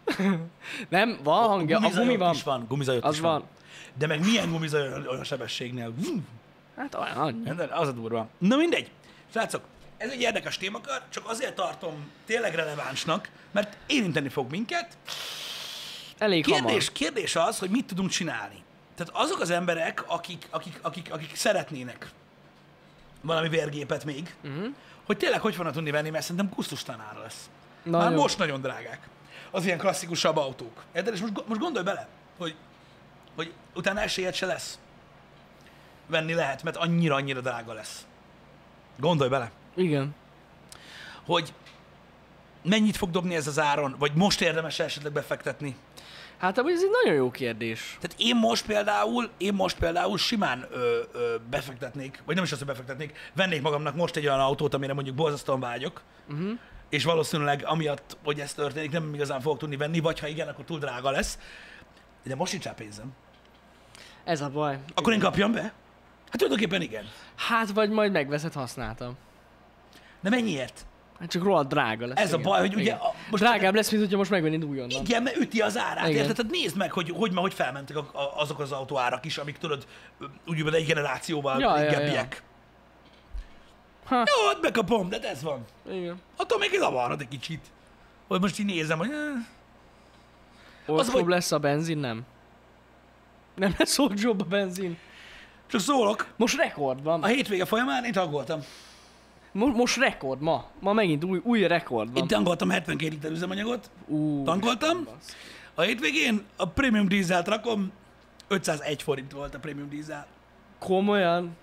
Nem, van hangja, a gumi van. Is van, gumizajott Az is van. van. De meg milyen gumizajott olyan sebességnél? Hát olyan annyi. Az a durva. Na mindegy. Srácok, ez egy érdekes témakör, csak azért tartom tényleg relevánsnak, mert érinteni fog minket. Elég hamar. Kérdés az, hogy mit tudunk csinálni. Tehát azok az emberek, akik szeretnének valami vérgépet még, hogy tényleg hogy fognak tudni venni, mert szerintem kusztustalan ára lesz. Már most nagyon drágák az ilyen klasszikusabb autók. Érted? És most gondolj bele, hogy utána esélyed se lesz. Venni lehet, mert annyira drága lesz. Gondolj bele. Igen. Hogy mennyit fog dobni ez az áron, vagy most érdemes esetleg befektetni. Hát amúgy ez egy nagyon jó kérdés. Tehát én most például simán befektetnék, vagy nem is azt, hogy befektetnék, vennék magamnak most egy olyan autót, amire mondjuk borzasztóan vágyok, és valószínűleg amiatt, hogy ez történik, nem igazán fogok tudni venni, vagy ha igen, akkor túl drága lesz. De most nincs rá pénzem. Ez a baj. Akkor én kapjam be? Hát tulajdonképpen igen. Hát vagy majd megveszed, használtam. De mennyiért? Hát csak rohadt drága lesz. Ez igen. a baj, hogy ugye... Igen. Most drágább lesz, mint hogyha most megvennéd újonnan. Igen, mert üti az árát, Igen. érted? Tehát nézd meg, hogy felmentek azok az autóárak is, amik tudod, úgy egy generációval régebbiek. Ha. Jó, hát bekapom, de ez van. Igen. Attól még zavarhat egy kicsit. Hogy most így nézem, hogy... Olcsóbb vagy- lesz a benzin, nem? Nem lesz olcsóbb a benzin. Csak szólok, Most rekord van. a hétvége folyamán én tankoltam. Most rekord ma. Ma megint új rekord van. Én tankoltam 72 liter üzemanyagot, tankoltam. bassz. A hétvégén a prémium dízelt rakom, 501 forint volt a prémium dízel. Komolyan?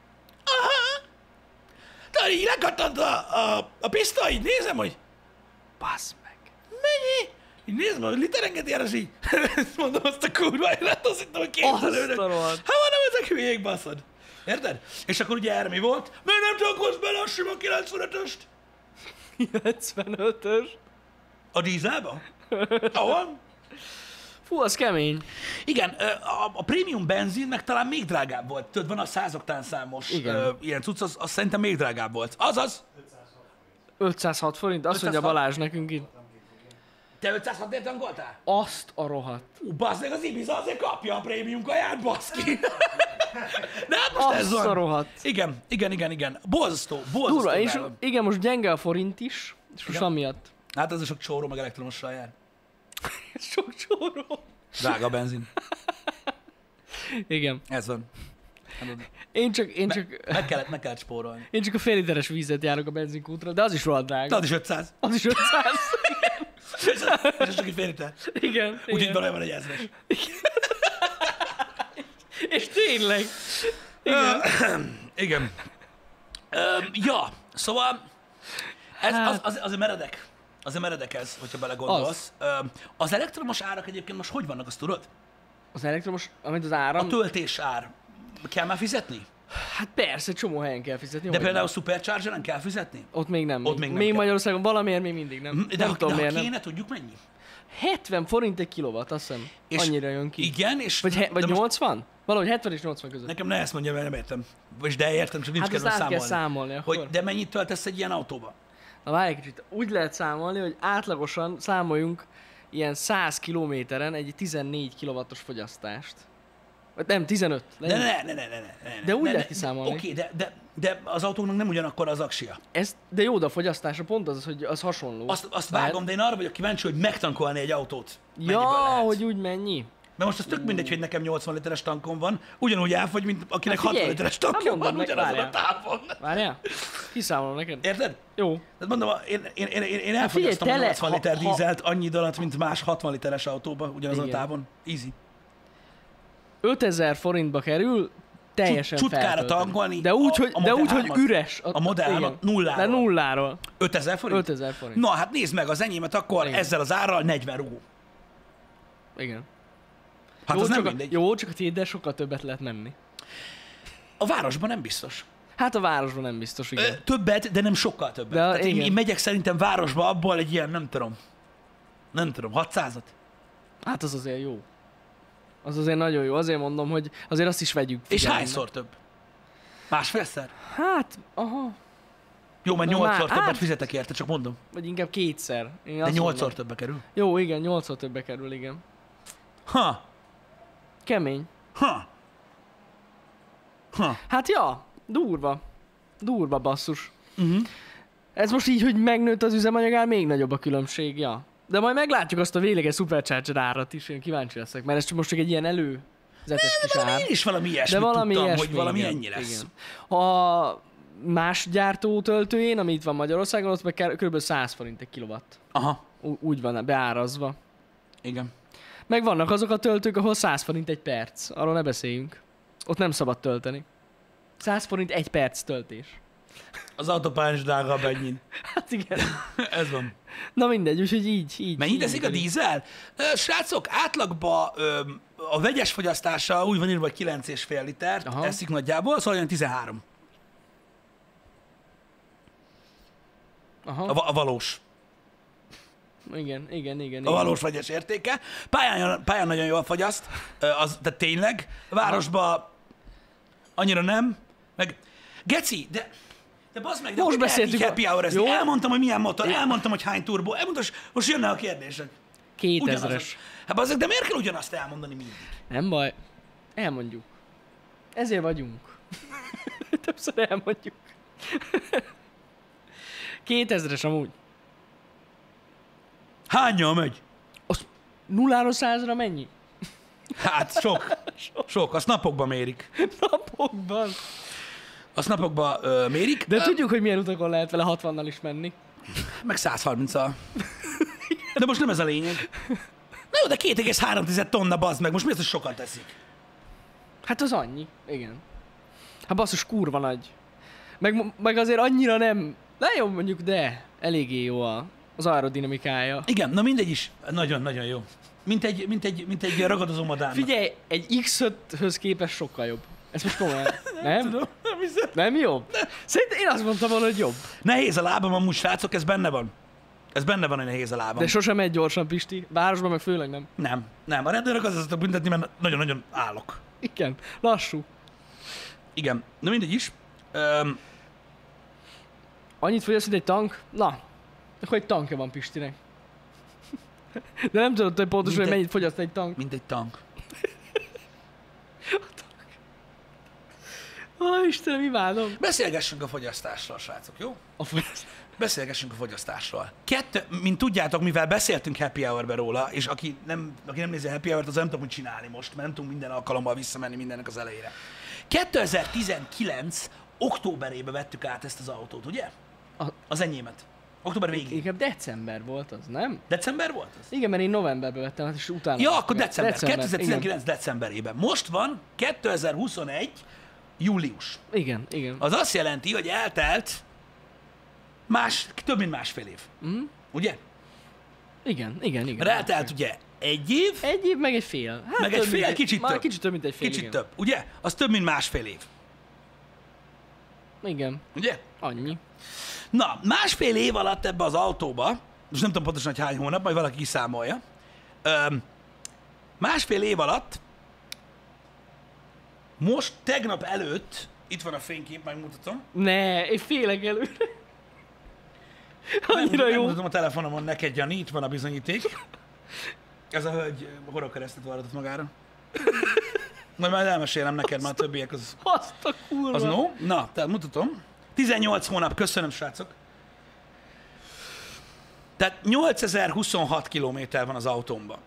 Tehát így lekattant a pisztoly, így nézem, hogy Bassz meg. mennyi? Így nézem, hogy literenket jár, és így mondom azt a kurva élet, azt hittem, hogy képzelődök. Azt a rohadt. Hát mondom, ezek hülyék, baszod. Érted? És akkor ugye erre mi volt? Miért nem tankolsz bele a sima 95-öst? 95-ös. A dízelba? Ahol? Fú, az kemény. Igen, a prémium benzin meg talán még drágább volt. Tudod, van a 100 oktán számos ilyen cucc, az szerintem még drágább volt. Azaz, 506 forint, azt mondja 506. Balázs nekünk itt. te 506-ért tankoltál? Azt a rohadt. Bazd meg, az Ibiza azért kapja a prémium kaját, baszki. De hát most ez Azt a van. rohadt. Igen. Borzasztó Durva, és drága. igen, most gyenge a forint is, és most Igen. amiatt. Hát ez a sok csóró meg elektromossal jár. Sok csóró. Drága a benzin. Igen. Ez van. Én csak Meg kellett spórolni. én csak a fél literes vízet járok a benzinkútra, de az is rohadt De drága. az is 500. Az is 500. És ez csak egy fél liter. Igen. Úgyhogy igen. valójában egy ezres. És tényleg. Igen. Ja, szóval ez Hát. az meredek. Az meredek ez, hogyha belegondolsz. Az elektromos árak egyébként most hogy vannak, azt tudod? Az elektromos, amit az áram, A töltés ár. Kell már fizetni? hát persze, csomó helyen kell fizetni. De hogy például nem. Superchargeren kell fizetni? Ott még nem. Ott még nem még kell. Magyarországon valamiért még mindig nem. De, Nem ha, tudom de ha miért nem. kéne, tudjuk mennyi? 70 forint egy kilowatt, azt hiszem. És Annyira jön ki. Igen, és... Vagy, de vagy most 80? Valahogy 70 és 80 között. nekem ne ezt mondja, mert nem értem. Vagy de értem, csak nincs Hát ezt kedvem át kell számolni. számolni akkor. Hogy, de mennyit töltesz egy ilyen autóba? Na várj egy kicsit, úgy lehet számolni, hogy átlagosan számoljunk ilyen 100 kilométeren egy 14 kilowattos fogyasztást. Vagy nem, 15. De legyen. ne. De úgy ne, lehet kiszámolni. Oké, de az autóknak nem ugyanakkor az aksia. De jó, de a fogyasztása pont az, hogy az hasonló. Azt Lehet. vágom, de én arra vagyok kíváncsi, hogy megtankolni egy autót. Ja, Mennyiből lehet. hogy úgy mennyi. Mert most az tök mindegy, hogy nekem 80 literes tankom van, ugyanúgy elfogy, mint akinek Hát 60 figyelj, literes hát tankja mondom van meg, ugyanazon a várjál. távon. Várjál? Kiszámolom neked. Érted? Jó. Tehát mondom, én elfogyasztom a tele- 80 liter ha- dízelt annyi alatt, mint más 60 literes autóba ugyanazon a Igen. távon. Easy. 5000 forintba kerül, teljesen Csutkára feltölteni. tankolni De úgy, hogy, a de Model úgy, hogy 3-at. üres. A Model 3-at igen. nulláról. De nulláról. 5000 forint? 5000 forint. Na, hát nézd meg, az enyémet akkor Igen. ezzel az árral 40 rugó. Igen. Hát jó, az nem csak mindegy. Jó, csak a tiéddel sokkal többet lehet menni. A városban nem biztos. Hát a városban nem biztos, igen. Többet, de nem sokkal többet. De Tehát igen. én megyek szerintem városba abból egy ilyen, nem tudom, 600-at. Hát az azért jó. Az azért nagyon jó. Azért mondom, hogy azért azt is vegyük És figyelembe. hányszor több? Másfélszer? Hát, aha. Jó, mert Na 8-szor már- többet hát- fizetek érte, csak mondom. Vagy inkább kétszer. Én De azt 8-szor mondom. többe kerül. Jó, igen, 8-szor többe kerül, igen. Ha, Kemény. ha. Ha. Hát ja, durva. Durva basszus. Uh-huh. Ez most így, hogy megnőtt az üzemanyagár, még nagyobb a különbség, ja. De majd meglátjuk azt a végleges Supercharger árat is, én kíváncsi leszek, mert ez csak most csak egy ilyen előzetes kis ár. Én is valami ilyesmit De valami tudtam, ilyesmi, hogy valami igen, ennyi lesz. igen. A más gyártó töltőjén, ami itt van Magyarországon, ott meg kb. 100 forint egy kilowatt. Aha, Úgy van beárazva. igen. Meg vannak azok a töltők, ahol 100 forint egy perc. Arról ne beszéljünk. Ott nem szabad tölteni. 100 forint egy perc töltés. Az autópályán is drágább ennyin. Hát igen. Ez van. Na mindegy, úgyhogy így. Mennyit így teszik a működik. dízel? Srácok, átlagban a vegyes fogyasztása úgy van írva, hogy 9,5 litert Aha. eszik nagyjából, szóval olyan 13. Aha. A valós. Igen. A valós vegyes értéke. Pályán nagyon jól fogyaszt, tehát tényleg. Városban annyira nem. Meg, geci, de bazd meg, de Most hogy lehet beszéltük így a- happy hour-ezni? Jó. Elmondtam, hogy milyen motor, elmondtam, hogy hány turbó, most jönne a kérdések. 2000-es. Hát bazd meg, de miért kell ugyanazt elmondani mindig? Nem baj. Elmondjuk. Ezért vagyunk. Többször elmondjuk. 2000-es amúgy. Hányan megy? Az 0-ról 100-ra mennyi? Hát sok, azt napokban mérik. Napokban. Azt napokban mérik, De tudjuk, hogy milyen utakon lehet vele 60-nal is menni. meg 130-al. De most nem ez a lényeg. Na jó, de 2,3 tonna, bazd meg, most mi az, hogy sokan teszik? Hát az annyi. Igen. Hát basszus, kurva nagy. Meg azért annyira nem... Na jó, mondjuk, de eléggé jó az aerodinamikája. Igen, na mindegy is. Nagyon-nagyon jó. Mint egy ragadozó madár. Figyelj, egy X5-höz képest sokkal jobb. Ez most komolyan. Nem? Nem hiszem. Nem jobb? Szerintem én azt mondtam volna, hogy jobb. Nehéz a lábam amúgy, srácok, ez benne van. Ez benne van, hogy nehéz a lábam. De sosem megy gyorsan, Pisti. Városban meg főleg nem. Nem. A rendőrök az szoktak büntetni, mert nagyon-nagyon állok. Igen, lassú. Igen. Na mindegy is. Annyit fogyaszt, mint egy tank? Na, akkor egy tankja van Pistinek. De nem tudod, hogy pontosan, hogy mennyit fogyaszt egy tank. Mint egy tank. Ó, Istenem, imádom. Beszélgessünk a fogyasztásról, srácok, jó? A fogyaszt. Beszélgessünk a fogyasztásról. Mint tudjátok, mivel beszéltünk Happy Hour-ben róla, és aki nem nézi a Happy Hour-t, az nem tudom, mit csinálni most, mert nem tudunk minden alkalommal visszamenni mindennek az elejére. 2019 októberében vettük át ezt az autót, ugye? Az enyémet. Október végén. Inkább december volt az, nem? December volt az? Igen, mert én novemberben vettem, hát és utána... Ja, akkor december. igen. 2019 decemberében. Most van 2021 július. Igen. Az azt jelenti, hogy eltelt több mint másfél év. Ugye? Igen. Mert eltelt ugye egy év, Egy év, meg egy fél. Hát meg egy több, fél, mint kicsit már több. Kicsit több, mint egy fél, Kicsit igen. több, ugye? Az több, mint másfél év. Igen, Ugye? annyi. Na, másfél év alatt ebbe az autóba, most nem tudom pontosan, hogy hány hónap, majd valaki kiszámolja. Másfél év alatt, most tegnap előtt, itt van a fénykép, megmutatom. Ne, én félek előre. Annyira jó. Megmutatom a telefonomon neked, Jani, itt van a bizonyíték. Ez a hölgy horokeresztet varratott magára. Majd elmesélem neked, már a többiek az... Azt a kurva. Az no? Na, tehát mutatom. 18 hónap, köszönöm, srácok. Tehát 8026 kilométer van az autómban.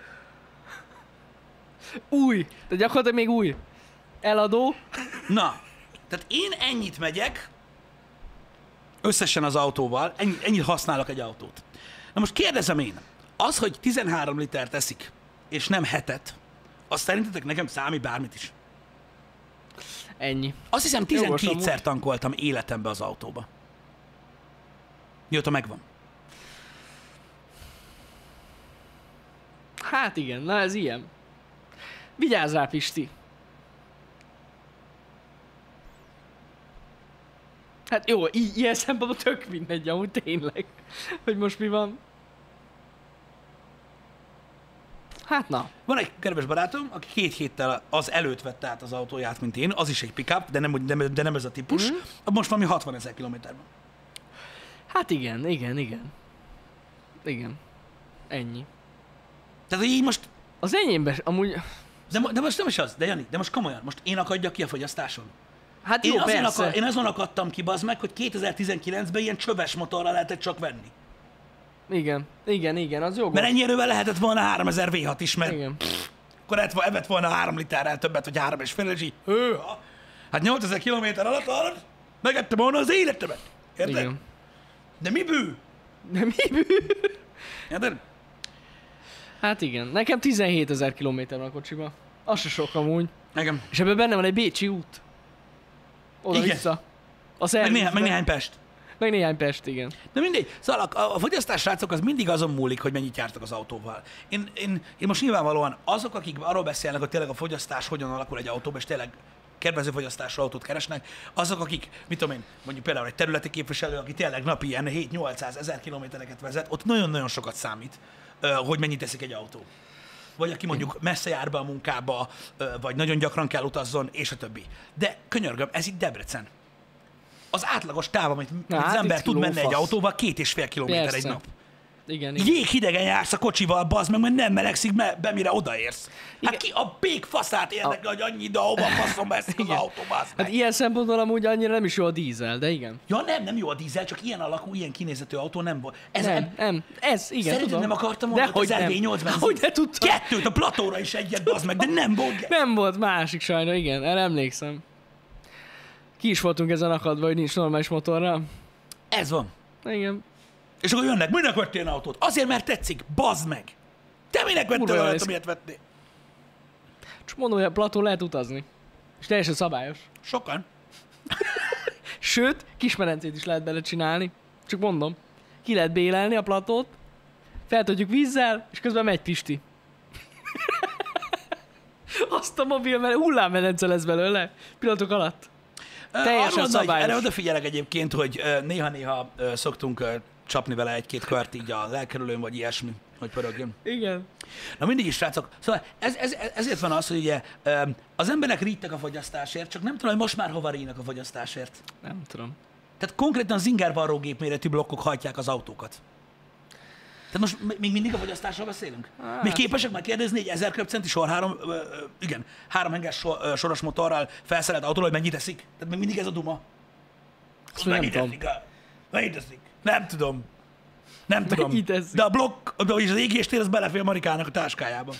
Új. De gyakorlatilag még új. Eladó. Na, tehát én ennyit megyek összesen az autóval, ennyit használok egy autót. Na most kérdezem én, az, hogy 13 liter teszik, és nem hetet, azt szerintetek nekem számít bármit is? Ennyi. Azt hiszem Jogos 12-szer amúgy. tankoltam életembe az autóba. Mióta megvan. Hát igen, na ez ilyen. Vigyázz rá, Pisti. Hát jó, ilyen szempontból tök mindegy, amúgy tényleg, hogy most mi van. Hát na. Van egy kedves barátom, aki 2 héttel az előtt vette át az autóját, mint én, az is egy pickup, de nem ez a típus. Most valami 60 000 kilométerben. Hát igen. Igen. Ennyi. Tehát, hogy így most... Az enyémben amúgy... De most nem is az, de Jani, de most komolyan, most én akadjak ki a fogyasztáson. Hát jó, persze. Én azon akadtam ki, bazd meg, hogy 2019-ben ilyen csöves motorral lehetett csak venni. Igen, az jó. Mert ennyi erővel lehetett volna 3000 V6 is, mert Igen. akkor evett volna 3 literrel többet, vagy 3,5, és így, hát 8000 kilométer alatt megettem volna az életemet. Érted? Igen. De mi bű? Érted? Hát igen. Nekem 17 000 kilométer van a kocsiba. Az se sok amúgy. Nekem. És ebben benne van egy bécsi út. Oda-vissza. Meg néhány Pest. Meg néhány Pest, igen. De mindegy. Szóval a fogyasztás, srácok, az mindig azon múlik, hogy mennyit jártak az autóval. Én most nyilvánvalóan azok, akik arról beszélnek, hogy tényleg a fogyasztás hogyan alakul egy autóban, és tényleg kedvező fogyasztású autót keresnek, azok, akik, mit tudom én, mondjuk például egy területi képviselő, aki tényleg napi ilyen 7-800 ezer kilométereket vezet, ott nagyon-nagyon sokat számít, hogy mennyit teszik egy autó. Vagy aki mondjuk messze jár be a munkába, vagy nagyon gyakran kell utazzon, és a többi. De könyörgöm, ez itt Debrecen. Az átlagos táv, amit az ember tud menni egy autóval, 2,5 kilométer egy nap. Igen. Jéghidegen jársz a kocsival, bazd meg, mert nem melegszik be, mire odaérsz. Hát ki a pék faszát érdekel, hogy annyi ide, ahova faszomba eszik az autó, bazd meg. Hát ilyen szempontból amúgy annyira nem is jó a dízel, de igen. Ja, nem jó a dízel, csak ilyen alakú, ilyen kinézetű autó nem volt. Nem, ez, igen, Szerinted tudom. nem akartam volna az RV8 benzin? Hogy ne tudtam. Kettőt, a platóra is egyet, bazd meg, de nem volt. Nem volt másik sajnos, igen, erre emlékszem. Ki is voltunk ezen akadva, hogy nincs normális motorra. Ez van. Igen. És akkor jönnek, minek vettél autót? Azért, mert tetszik, bazd meg. Te minek vettél olyat, amilyet vettél? Csak mondom, hogy a plató lehet utazni. És teljesen szabályos. Sokan. Sőt, kismerencét is lehet bele csinálni. Csak mondom. Ki lehet bélelni a platót, feltöltjük vízzel, és közben megy Pisti. Azt a mobil, mert hullámmedence lesz belőle pillanatok alatt. Teljesen szabályos. Erre odafigyelek egyébként, hogy néha-néha szoktunk csapni vele egy-két kört így az elkerülőn, vagy ilyesmi, hogy pörögjön. Igen. Na mindig is, srácok. Szóval ezért van az, hogy ugye az emberek rídtek a fogyasztásért, csak nem tudom, hogy most már hova rínak a fogyasztásért. Nem tudom. Tehát konkrétan zingervarrógép méretű blokkok hajtják az autókat. Tehát most még mindig a fogyasztásról beszélünk? Hát. Még képesek már kérdezni egy 1000 köbcenti három henges soros motorral felszerelt autóról, hogy mennyit eszik? Tehát még mindig ez a duma. Azt nem tudom. Mennyit eszik? Nem tudom. Nem tudom. Mennyit eszik? De a blokk, vagyis az égéstér, az belefér Marikának a táskájába.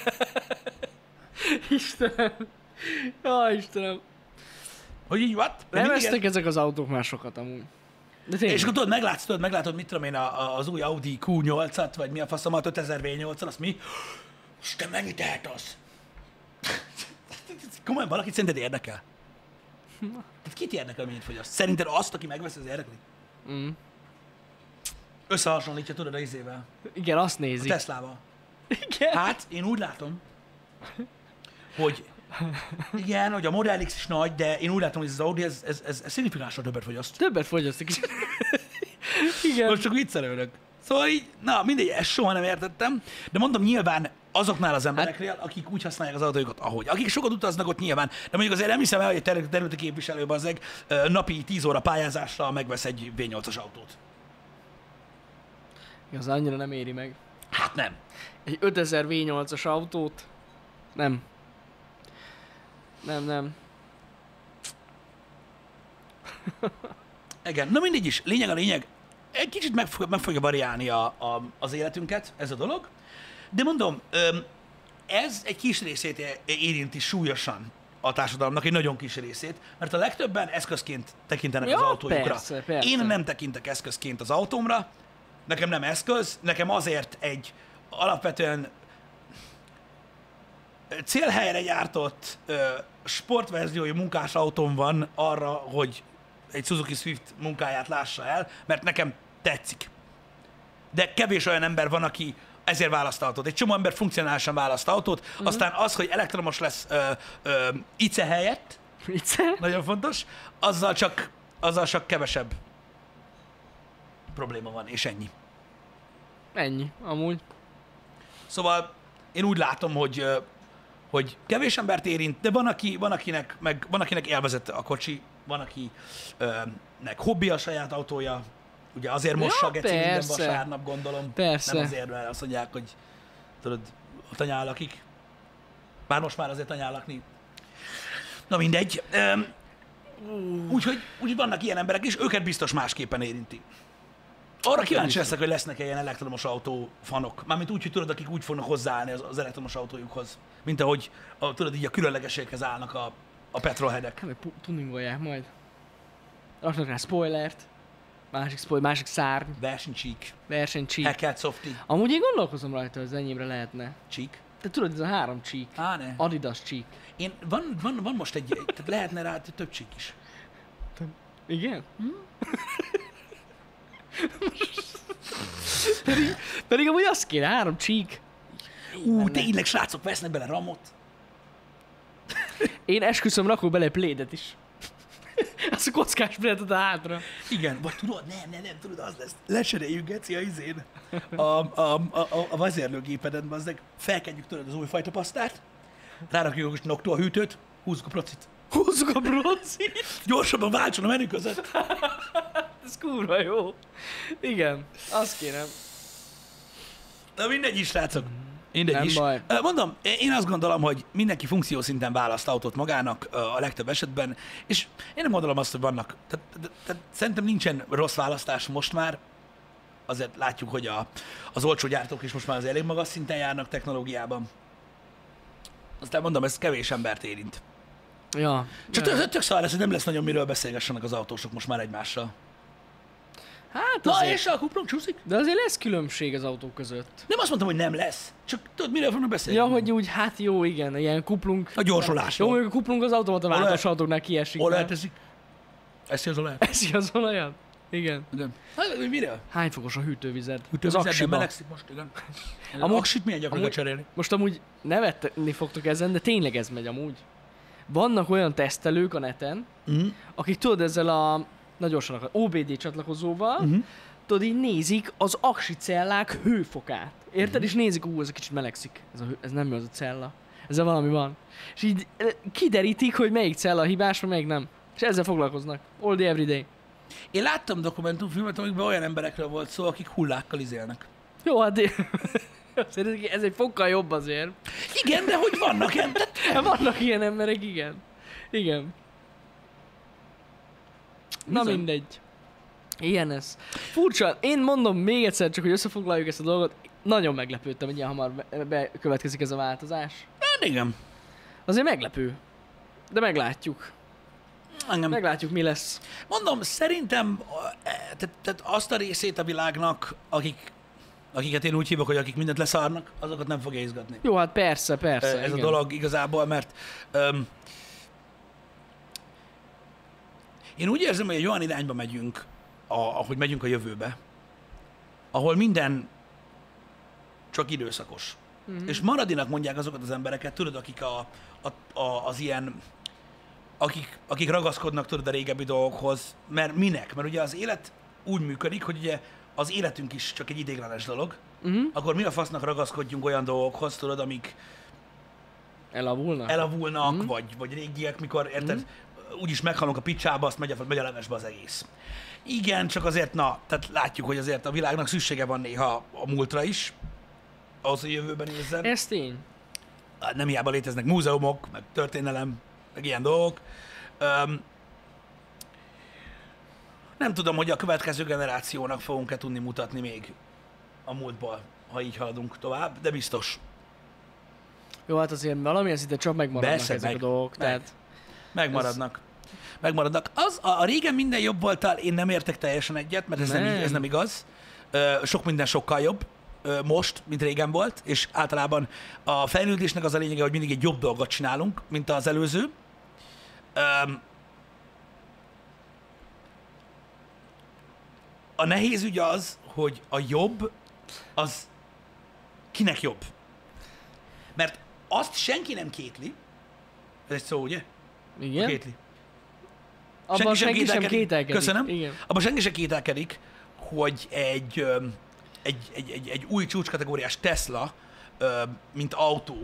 Istenem. Jaj, Istenem. Hogy így, what? Nem vesztek ezek az autók már sokat amúgy. De tényleg. És akkor meglátod, mit tudom én, az új Audi Q8-at, vagy mi a faszomat, 5000 V8-at, azt mi? Isten, mennyit tehet az? Komolyan, valakit szerinted érdekel? Tehát kit érdekel, mennyit fogyaszt? Szerinted azt, aki megveszi, az érdekli? Mm. Összehasonlítja, tudod, a izével. Igen, azt A nézik. Teslával. Igen. Hát, én úgy látom, hogy igen, hogy a Model X is nagy, de én úgy látom, hogy ez az Audi, ez szignifikánsan többet fogyaszt. Többet fogyasztik is. Igen. Most csak viccelődök. Szóval így, na mindegy, ezt soha nem értettem, de mondom nyilván azoknál az embereknél, akik úgy használják az autójukat, ahogy. Akik sokat utaznak ott nyilván, de mondjuk azért nem hiszem el, hogy egy területi képviselő bazzeg napi 10 óra pályázásra megvesz egy V8-as autót. Az annyira nem éri meg. Hát nem. Egy 5000 V8-as autót? Nem. Nem. Igen, na mindegy is, lényeg a lényeg. Egy kicsit meg fogja variálni az életünket, ez a dolog. De mondom, ez egy kis részét érinti súlyosan a társadalomnak, egy nagyon kis részét, mert a legtöbben eszközként tekintenek az autójukra. Persze. Én nem tekintek eszközként az autómra, nekem nem eszköz, nekem azért egy alapvetően célhelyre gyártott sportverziói munkás autóm van arra, hogy egy Suzuki Swift munkáját lássa el, mert nekem tetszik. De kevés olyan ember van, aki ezért választ autót. Egy csomó ember funkcionálisan választ autót, aztán az, hogy elektromos lesz ICE helyett, nagyon fontos, azzal csak kevesebb probléma van, és ennyi. Ennyi, amúgy. Szóval én úgy látom, hogy kevés embert érint, de van akinek élvezett a kocsi, van akinek hobbi a saját autója, ugye azért mossa geci minden persze. vasárnap, gondolom. Persze. Nem azért, mert azt mondják, hogy tudod, ott anyál lakik. Bár most már azért anyál lakni. Na mindegy. Úgyhogy vannak ilyen emberek, és őket biztos másképpen érinti. Arra kíváncsi leszek, hogy lesznek ilyen elektromos autó fanok. Mármint úgy, hogy tudod, akik úgy fognak hozzáállni az elektromos autójukhoz, mint ahogy tudod, így a különlegességhez állnak a petrolheadek. Hát, tuningolják majd. Raknak rá spoilert. Másik szárny. Versenycsík, Versenycsík. hackelt softi, Amúgy én gondolkozom rajta, hogy az enyémre lehetne. csík. Te tudod, ez a 3 csík. Ne. Adidas csík. Van most tehát lehetne rá több csík is. Igen? pedig amúgy azt kéne, 3 csík. Tényleg, srácok, vesznek bele ramot. Én esküszöm, rakok bele plédet is. Azt a kockás plédet a hátra. Igen, vagy tudod, nem, tudod, az lesz. Lecseréljük, geci, a izén. A vezérlőgépeden, bazdeg, felkenjük tudod az újfajta pasztát, rárakjuk a Noctua a hűtőt, húzzuk a procit. Húzzuk a brocit. Gyorsabban váltson a menü között. Ez kurva jó. Igen, azt kéne. Na mindegy is, srácok. Mindegy Nem is. baj. Mondom, én azt gondolom, hogy mindenki funkciószinten választ autót magának a legtöbb esetben, és én nem gondolom azt, hogy vannak. Tehát szerintem nincsen rossz választás most már. Azért látjuk, hogy az olcsó gyártók is most már az elég magas szinten járnak technológiában. Aztán mondom, ez kevés embert érint. Ja. Csak tök szar lesz, hogy nem lesz nagyon miről beszélgessenek az autósok most már egymással. Hát Na azért. és a kuplung csúszik? De azért lesz különbség az autók között. Nem azt mondtam, hogy nem lesz. Csak tudod, miről fognak beszélni? Ja, hogy úgy, hát jó, igen, ilyen kuplung. A gyorsulás. Jó, mondjuk a kuplung az automata Olaj. váltós autóknál kiesik. Olajat mert teszik. Eszi az olajat. Eszi az olajat? Igen. Igen. Hát, miről? Hány fokos a hűtővized? Az Hűtővizet nem aksiba. melegszik most, igen. Amúgy- Amúgy, aksit milyen gyakran kell amúgy- cserélni? Most amúgy nevetni fogtok ezen, de tényleg ez megy amúgy. Vannak olyan tesztelők a neten, akik tudod ezzel a, na gyorsan akar, OBD csatlakozóval, tudod így nézik az aksi cellák hőfokát. Érted? És nézik, ez a kicsit melegszik. Ez nem jó az a cella. Ezzel valami van. És így kiderítik, hogy melyik cella hibás, vagy melyik nem. És ezzel foglalkoznak. All day, every day. Én láttam dokumentumfilmet, amikben olyan emberekről volt szó, akik hullákkal izélnek. Jó, hát szerintem ez egy fokkal jobb azért. Igen, de hogy vannak ilyen... Vannak ilyen emberek, igen. Igen. Na Bizony. mindegy. Ilyen ez. Furcsa, én mondom még egyszer, csak hogy összefoglaljuk ezt a dolgot, nagyon meglepődtem, hogy ilyen hamar bekövetkezik ez a változás. Hát igen. Azért meglepő. De meglátjuk. Engem. Meglátjuk, mi lesz. Mondom, szerintem tehát azt a részét a világnak, akiket én úgy hívok, hogy akik mindent leszarnak, azokat nem fogja izgatni. Jó, hát persze, persze. Ez igen. a dolog igazából, mert én úgy érzem, hogy egy olyan irányba megyünk, ahogy megyünk a jövőbe, ahol minden csak időszakos. Mm-hmm. És maradinak mondják azokat az embereket, tudod, akik az ilyen, akik ragaszkodnak, tudod, a régebbi dolgokhoz, mert minek? Mert ugye az élet úgy működik, hogy ugye az életünk is csak egy ideiglenes dolog, akkor mi a fasznak ragaszkodjunk olyan dolgokhoz, tudod, amik elavulnak, vagy régiek, mikor, érted, úgyis meghalunk a picsába, azt megy a levesbe az egész. Igen, csak azért, tehát látjuk, hogy azért a világnak szüksége van néha a múltra is, ahhoz, hogy jövőben nézzen. Ez tény. Nem hiába léteznek múzeumok, meg történelem, meg ilyen dolgok. Nem tudom, hogy a következő generációnak fogunk-e tudni mutatni még a múltból, ha így haladunk tovább, de biztos. Jó, hát azért valamilyen szinte csak megmaradnak Persze, ezek a dolgok. Tehát Megmaradnak. Megmaradnak. A régen minden jobb voltál, én nem értek teljesen egyet, mert ez nem igaz. Sok minden sokkal jobb most, mint régen volt, és általában a fejlődésnek az a lényege, hogy mindig egy jobb dolgot csinálunk, mint az előző. A nehéz ügy az, hogy a jobb, az kinek jobb. Mert azt senki nem kétli, ez egy szó, ugye? igen. Kétli. Abban senki sem kételkedik. Köszönöm. Igen. Abban senki sem kételkedik, hogy egy új csúcskategóriás Tesla, mint autó,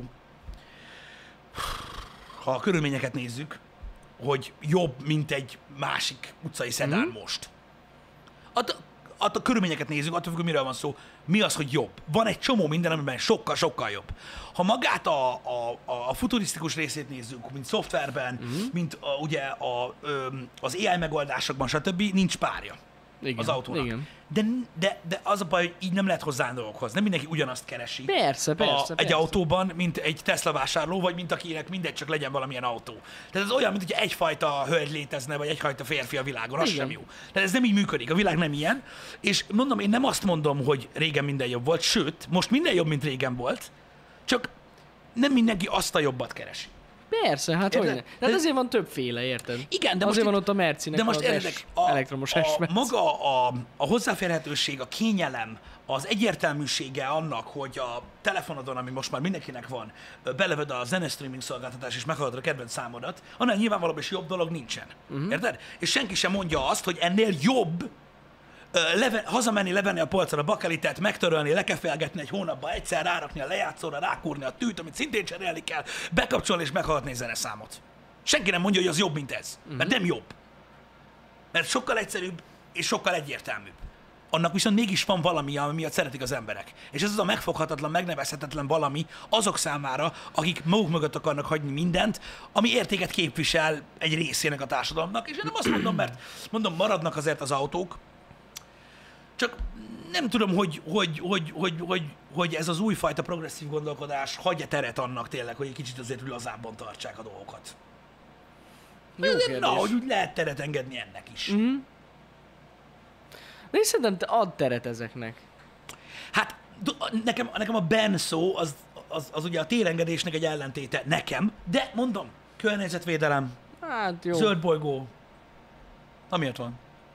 ha a körülményeket nézzük, hogy jobb, mint egy másik utcai szedán most. a körülményeket nézzük, attól függ, hogy miről van szó. Mi az, hogy jobb? Van egy csomó minden, amiben sokkal jobb. Ha magát a futurisztikus részét nézzük, mint szoftverben, mint ugye az AI megoldásokban, stb., nincs párja. Igen, az autónak. igen. De az a baj, hogy így nem lehet hozzá dolgokhoz. Nem mindenki ugyanazt keresi Persze. egy autóban, mint egy Tesla vásárló, vagy mint akinek mindegy, csak legyen valamilyen autó. Tehát ez olyan, mint hogy egyfajta hölgy létezne, vagy egyfajta férfi a világon. Az Igen. sem jó. Tehát ez nem így működik. A világ nem ilyen. És mondom, én nem azt mondom, hogy régen minden jobb volt, sőt, most minden jobb, mint régen volt, csak nem mindenki azt a jobbat keresi. Persze, hát Érted? hogy ne. Tehát azért van többféle, érted? Igen, de azért most van ott a Mercinek de most az érdek, elektromos S-Merc. maga a hozzáférhetőség, a kényelem, az egyértelműsége annak, hogy a telefonodon, ami most már mindenkinek van, beleved a zenestreaming szolgáltatás és meghallgatod a kedvenc számodat, annál nyilvánvalóbb és jobb dolog nincsen. Érted? És senki sem mondja azt, hogy ennél jobb hazamenni, levenni a polcon a bakelitet, megtörölni, lekefelgetni egy hónapba, egyszer rárakni a lejátszóra, rákúrni a tűt, amit szintén cserélni kell, bekapcsolni és meghallgatni egy zeneszámot. Senki nem mondja, hogy az jobb, mint ez. Mert nem jobb. Mert sokkal egyszerűbb és sokkal egyértelműbb. Annak viszont mégis van valami, ami miatt szeretik az emberek. És ez az a megfoghatatlan, megnevezhetetlen valami azok számára, akik maguk mögött akarnak hagyni mindent, ami értéket képvisel egy részének a társadalomnak. És én nem azt mondom, mert mondom, maradnak azért az autók, csak nem tudom, hogy ez az újfajta progresszív gondolkodás hagyja teret annak tényleg, hogy egy kicsit azért lazábban tartsák a dolgokat. Jó kérdés. Hogy úgy lehet teret engedni ennek is. De én szerintem te add teret ezeknek. Hát nekem a ben szó az ugye a térengedésnek egy ellentéte nekem, de mondom, környezetvédelem, Hát jó. zöld bolygó, amiért van.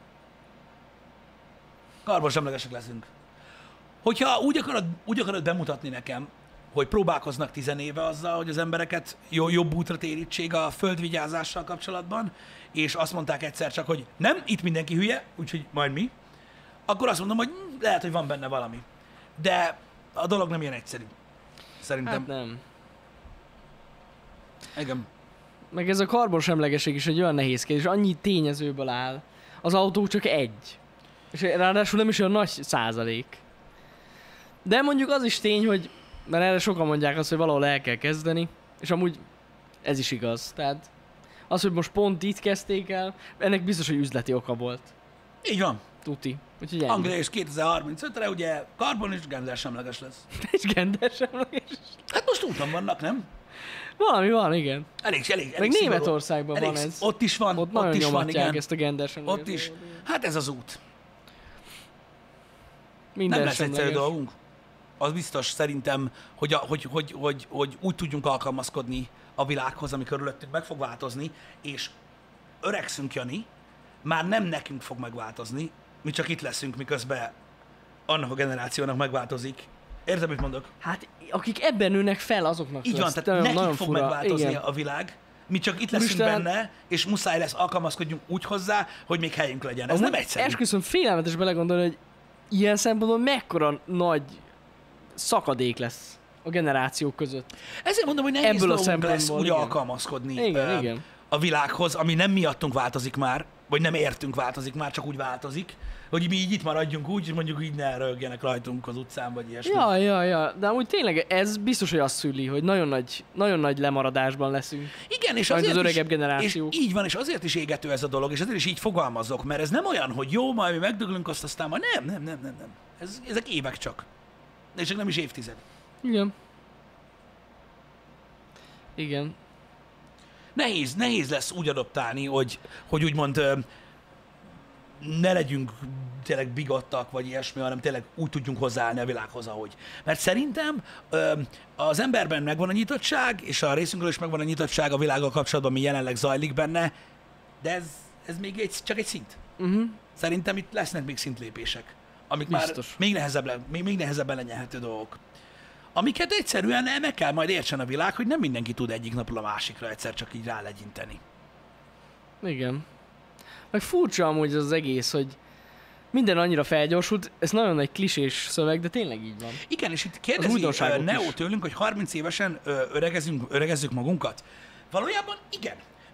Karbonsemlegesek leszünk. Hogyha úgy akarod bemutatni nekem, hogy próbálkoznak 10 éve azzal, hogy az embereket jobb útra térítsék a földvigyázással kapcsolatban, és azt mondták egyszer csak, hogy nem, itt mindenki hülye, úgyhogy majd mi, akkor azt mondom, hogy lehet, hogy van benne valami. De a dolog nem ilyen egyszerű. Szerintem. Hát nem. Igen. Meg ez a karbonsemlegesség is egy olyan nehéz kérdés, annyi tényezőből áll. Az autó csak egy. És ráadásul nem is olyan nagy százalék. De mondjuk az is tény, hogy mert erre sokan mondják azt, hogy valahol el kell kezdeni, és amúgy ez is igaz. Tehát az, hogy most pont itt kezdték el, ennek biztos, hogy üzleti oka volt. Így van. Tuti. Úgyhogy ennyi. Anglia és 2035-re ugye karbon és gendersemleges lesz. És gendersemleges. Hát most úton vannak, nem? Valami van, igen. Elég Meg szigorú. Németországban van ez. Ott is van, Ott nagyon is van, nyomatják igen. ezt a gendersemleges. Ott is. Hát ez az út. Minden Nem lesz egyszerű semleges. dolgunk. Az biztos szerintem, hogy úgy tudjunk alkalmazkodni a világhoz, ami körülöttünk meg fog változni, és öregszünk, Jani, már nem nekünk fog megváltozni, mi csak itt leszünk, miközben annak a generációnak megváltozik. Érted, mit mondok? Hát akik ebben nőnek fel, azoknak Így van, lesz tehát nagyon, nekik nagyon fog fura. megváltozni Igen. a világ, mi csak itt leszünk Úristen. benne, és muszáj lesz alkalmazkodjunk úgy hozzá, hogy még helyünk legyen. Ez nem egyszerű. Esküszöm, félelmetes belegondolni, hogy ilyen szempontból mekkora nagy szakadék lesz a generációk között. Ezért mondom, hogy nehéz Ebből a dolgunk lesz szempontból, úgy igen. alkalmazkodni Igen. a világhoz, ami nem miattunk változik már, vagy nem értünk változik már, csak úgy változik, hogy mi így itt maradjunk úgy, hogy mondjuk így ne rögjenek rajtunk az utcán, vagy ilyesmi. Ja, de amúgy tényleg ez biztos, hogy azt szüli, hogy nagyon nagy lemaradásban leszünk. Igen, és Majd azért az öregebb is, generációk. és így van, és azért is égető ez a dolog, és azért is így fogalmazok, mert ez nem olyan, hogy jó, majd mi megdöglünk azt, aztán majd nem. Ezek évek csak. És csak nem is évtized. Igen. Nehéz lesz úgy adoptálni, hogy úgymond ne legyünk tényleg bigottak, vagy ilyesmi, hanem tényleg úgy tudjunk hozzáállni a világhoz, ahogy. Mert szerintem az emberben megvan a nyitottság, és a részünkről is megvan a nyitottság a világgal kapcsolatban, ami jelenleg zajlik benne, de ez még csak egy szint. Szerintem itt lesznek még szintlépések, amik Biztos. már még nehezebben lenyelhető dolgok. Amiket egyszerűen meg kell majd értsen a világ, hogy nem mindenki tud egyik napról a másikra egyszer csak így rálegyinteni. Igen. Meg furcsa amúgy az egész, hogy minden annyira felgyorsult, ez nagyon egy klisés szöveg, de tényleg így van. Igen, és itt Az kérdezi újdonságok Neo is. tőlünk, hogy 30 évesen öregezzük magunkat. Valójában igen.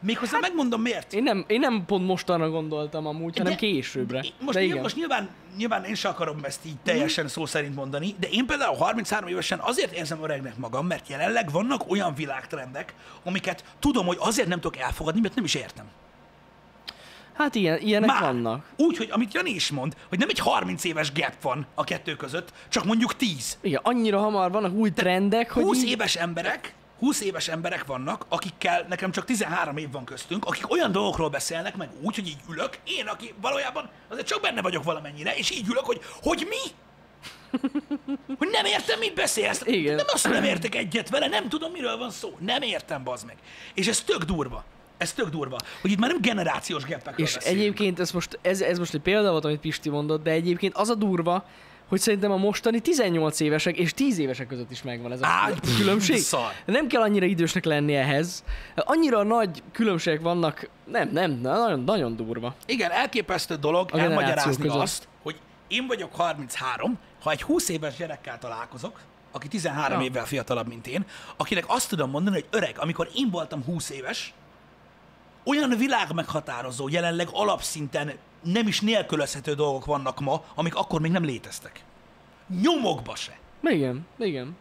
Méghozzá megmondom miért. Én nem pont mostanra gondoltam amúgy, hanem De- későbbre. Most, De igen. most nyilván én sem akarom ezt így teljesen szó szerint mondani, de én például 33 évesen azért érzem öregnek magam, mert jelenleg vannak olyan világtrendek, amiket tudom, hogy azért nem tudok elfogadni, mert nem is értem. Hát ilyenek vannak. Úgy, hogy amit Jani is mond, hogy nem egy 30 éves gap van a kettő között, csak mondjuk 10. Igen, annyira hamar vannak új trendek, hogy 20 így... éves emberek vannak, akikkel nekem csak 13 év van köztünk, akik olyan dolgokról beszélnek meg úgy, hogy így ülök, én, aki valójában azért csak benne vagyok valamennyire, és így ülök, hogy mi? Hogy nem értem, mit beszélsz. Igen. Nem azt, hogy nem értek egyet vele, nem tudom, miről van szó. Nem értem, bazd meg. És ez tök durva. Ez tök durva, hogy itt már nem generációs gapekről És beszélünk. egyébként ez most egy példa volt, amit Pisti mondott, de egyébként az a durva, hogy szerintem a mostani 18 évesek és 10 évesek között is megvan ez a különbség. Szar. Nem kell annyira idősnek lenni ehhez. Annyira nagy különbségek vannak, nem, nagyon durva. Igen, elképesztő dolog A generációk elmagyarázni között. azt, hogy én vagyok 33, ha egy 20 éves gyerekkel találkozok, aki 13 Ja. évvel fiatalabb, mint én, akinek azt tudom mondani, hogy öreg, amikor én voltam 20 éves, olyan világmeghatározó, jelenleg alapszinten nem is nélkülözhető dolgok vannak ma, amik akkor még nem léteztek. Nyomokba se. Igen.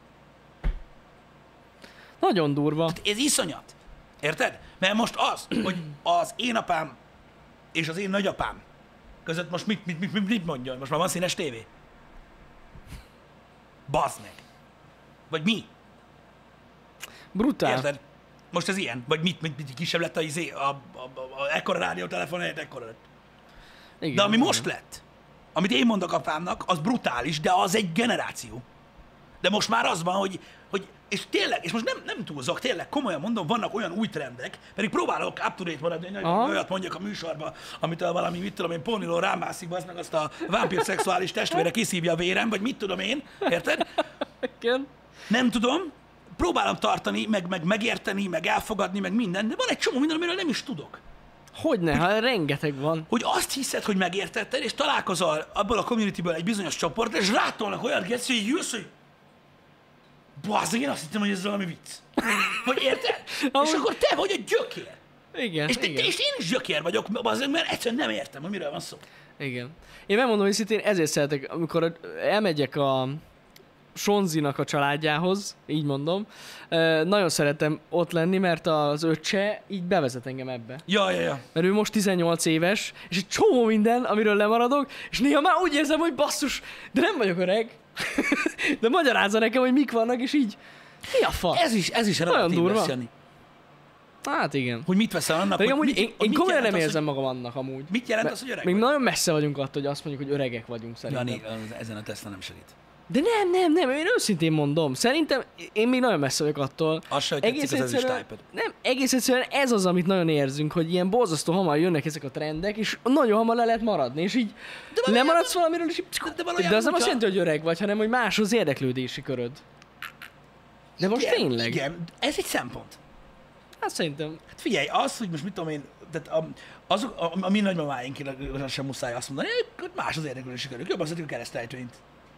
Nagyon durva. Ez iszonyat. Érted? Mert most az, hogy az én apám és az én nagyapám között most mit mondjon? Most már van színes tévé? Bazd meg. Vagy mi? Brutál. Érted? Most ez ilyen? Vagy mit kisebb lett a ekkora rádiótelefon helyett ekkora lett. Igen, De ami igen. most lett, amit én mondok apámnak, az brutális, de az egy generáció. De most már az van, hogy és tényleg, és most nem túlzok, tényleg komolyan mondom, vannak olyan új trendek, pedig próbálok up-to-date maradni, hogy Aha. olyat mondjak a műsorba, amitől valami, mit tudom én, Póniló rámászik, az meg azt a vámpír szexuális testvére kiszívja a vérem, vagy mit tudom én, érted? Igen. Nem tudom, próbálom tartani, meg megérteni, meg elfogadni, meg minden, de van egy csomó minden, amiről nem is tudok. Hogyne, hát rengeteg van. Hogy azt hiszed, hogy megértetted, és találkozol abból a communityből egy bizonyos csoport, és rátolnak olyan geci, hogy jössz, hogy bazd, én azt hittem, hogy ez valami vicc. Vagy érted? És akkor te vagy a gyökér. Igen, És igen. én is gyökér vagyok, bazd, mert egyszerűen nem értem, hogy miről van szó. Igen. Én megmondom őszintén, ezért szeretek, amikor elmegyek a Sonzinak a családjához, így mondom, nagyon szeretem ott lenni, mert az öccse így bevezet engem ebbe. Ja. Mert ő most 18 éves, és egy csomó minden, amiről lemaradok, és néha már úgy érzem, hogy basszus, de nem vagyok öreg. De magyarázza nekem, hogy mik vannak, és így, mi a fa? Ez is relatív durva. lesz, Jani. Hát igen. Hogy mit veszel annak, Pedig amúgy én mit komolyan jelent nem az, érzem magam annak amúgy. Mit jelent az, hogy öreg Még vagy? nagyon messze vagyunk attól, hogy azt mondjuk, hogy öregek vagyunk szerintem. Jani, ezen a teszten nem segít. De nem, én őszintén mondom. Szerintem én még nagyon messze vagyok attól. Az se, hogy tetszik az ezüst iPad. Nem, egész egyszerűen ez az, amit nagyon érzünk, hogy ilyen borzasztó hamar jönnek ezek a trendek, és nagyon hamar le lehet maradni, és így lemaradsz valamiről, és így... De az nem azt jelenti, hogy öreg vagy, hanem hogy más az érdeklődési köröd. De most Igen, tényleg. Igen, ez egy szempont. Hát szerintem. Hát figyelj, az, hogy most mit tudom én, tehát a mi nagymamáinknak sem muszáj azt mondani, hogy más az érdeklődési körük, jobban szeretik a keresztelejtőint.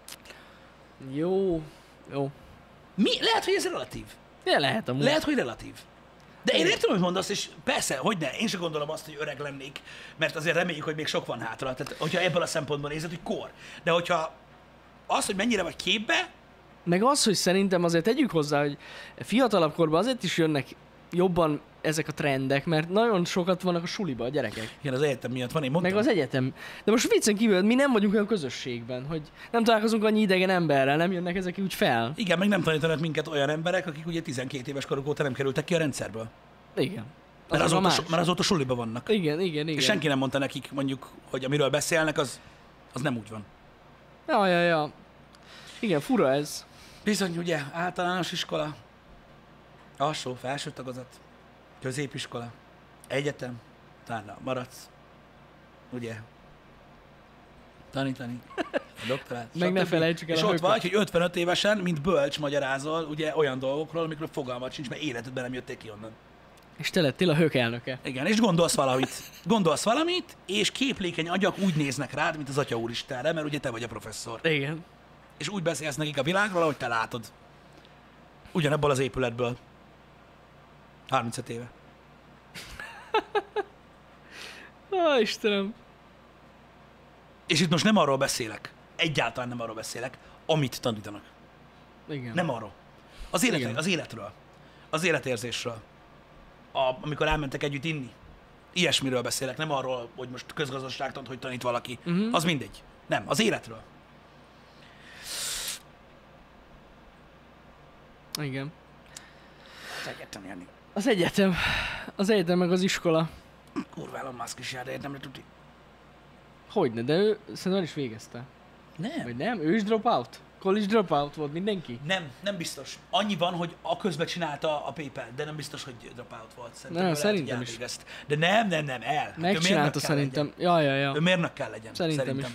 Jó. Lehet, hogy ez relatív. De lehet amúgy. Lehet, hogy relatív. De én értem, hogy mondasz, és persze, hogy ne, én sem gondolom azt, hogy öreg lennék, mert azért reméljük, hogy még sok van hátra. Tehát, hogyha ebből a szempontból nézed, hogy kor. De hogyha az, hogy mennyire vagy képbe, Meg az, hogy szerintem azért tegyük hozzá, hogy fiatalabb korban azért is jönnek jobban ezek a trendek, mert nagyon sokat vannak a suliba a gyerekek. igen, az egyetem miatt van, én mondtam. Meg az egyetem. De most viccen kívül, mi nem vagyunk olyan közösségben, hogy nem találkozunk annyi idegen emberrel, nem jönnek ezek úgy fel. Igen, meg nem tanítanak minket olyan emberek, akik ugye 12 éves koruk óta nem kerültek ki a rendszerből. Igen. Mert Az a más. mert azóta suliba vannak. Igen. És senki nem mondta nekik, mondjuk, hogy amiről beszélnek, az nem úgy van. Ja. Igen, fura ez. Bizony, ugye, általános iskola, alsó, felső tagozat, középiskola, egyetem, utána maradsz, ugye, tanítani, a doktorát, Meg ne stb. felejtsük el és a ott hököt. vagy, hogy 55 évesen, mint bölcs magyarázol, ugye, olyan dolgokról, amikről fogalmat sincs, mert életedben nem jöttél ki onnan. És te lettél a hök elnöke. Igen, és gondolsz valamit, és képlékeny agyak úgy néznek rád, mint az Atya Úristenre, mert ugye te vagy a professzor. Igen. És úgy beszélsz nekik a világról, ahogy te látod. Ugyanebből az épületből. 35 éve. Istenem. És itt most nem arról beszélek, egyáltalán nem arról beszélek, amit tanítanak. Igen. Nem arról. Igen. Az életről. Az életérzésről. Amikor elmentek együtt inni. Ilyesmiről beszélek, nem arról, hogy most közgazdaságtant, hogy tanít valaki. Az mindegy. Nem, az életről. Igen. Az egyetem, Jani. Az egyetem meg az iskola. Kurva Elon Musk is jár, de egyetemre tuti. Hogyne, de ő szerintem el is végezte. Nem. Vagy nem? Ő is dropout? College dropout volt mindenki? Nem biztos. Annyi van, hogy a közben csinálta a PayPal, de nem biztos, hogy dropout volt. Szerintem, Nem, ő szerintem lehet, is. hogy elvégezt. De nem, el. Hát ő mérnök Megcsinálta kell szerintem. legyen. Ja. Ő mérnök kell legyen. Szerintem is.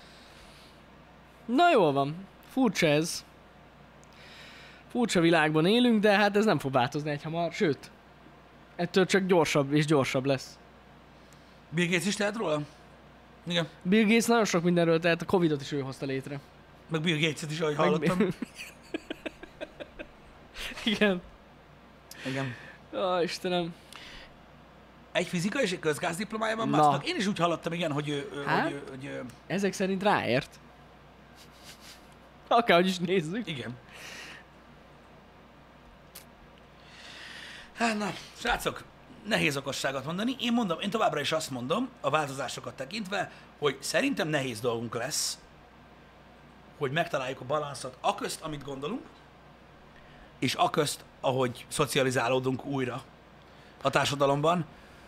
Na jól van. Furcsa ez. Furcsa világban élünk, de hát ez nem fog változni egyhamar. Sőt, ettől csak gyorsabb és gyorsabb lesz. Bill Gates is tehet róla? Igen. Bill Gates nagyon sok mindenről tehet, a Covidot is ő hozta létre. Meg Bill Gates-et is, ahogy hallottam. Igen. Igen. Istenem. Egy fizika és egy közgázdiplomája van Na. Musknak. Én is úgy hallottam, igen, hogy Hát? Ezek szerint ráért. Akárhogy is nézzük. igen. Hát na, srácok, nehéz okosságot mondani. Én továbbra is azt mondom, a változásokat tekintve, hogy szerintem nehéz dolgunk lesz, hogy megtaláljuk a balanszot aközt, amit gondolunk, és aközt, ahogy szocializálódunk újra a társadalomban,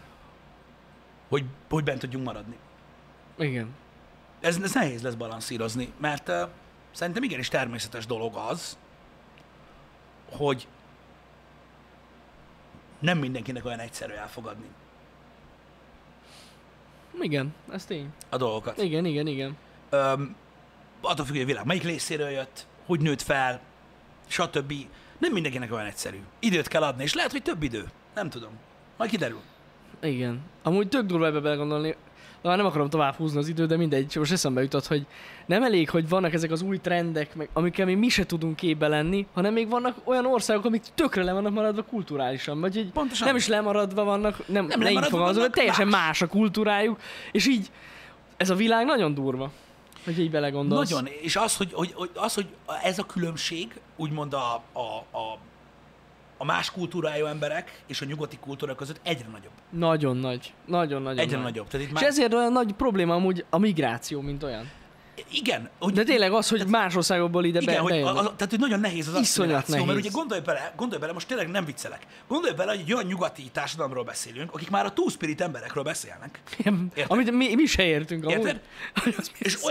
hogy bent tudjunk maradni. Igen. Ez nehéz lesz balanszírozni, mert szerintem igenis természetes dolog az, hogy nem mindenkinek olyan egyszerű elfogadni Igen, ez tény. a dolgokat. Igen. Attól függ, hogy a világ melyik részéről jött, hogy nőtt fel, stb. Nem mindenkinek olyan egyszerű. Időt kell adni, és lehet, hogy több idő. Nem tudom. Majd kiderül. Igen. Amúgy tök durva ebbe belegondolni. De már nem akarom tovább húzni az időt, de mindegy, most eszembe jutott, hogy nem elég, hogy vannak ezek az új trendek, meg, amikkel még mi se tudunk képbe lenni, hanem még vannak olyan országok, amik tökre le vannak maradva kulturálisan, vagy hogy Pontosan. nem is lemaradva vannak, nem ne így lemaradva fogalmazom, vannak, teljesen más a kultúrájuk, és így ez a világ nagyon durva, hogy így belegondolsz. Nagyon. És hogy ez a különbség, úgymond a más kultúrájú emberek és a nyugati kultúra között egyre nagyobb. Nagyon nagy. Egyre nagyobb. Tehát itt És ezért olyan nagy probléma amúgy a migráció, mint olyan. igen. Hogy, De tényleg az, hogy más országokból ide igen, hogy, bejönnek. tehát hogy nagyon nehéz az Iszonyat asszimiláció, mert nehéz. ugye gondolj bele, most tényleg nem viccelek. Gondolj bele, hogy egy olyan nyugati társadalomról beszélünk, akik már a two-spirit emberekről beszélnek. Érted? Amit mi se értünk amúgy. Érted? És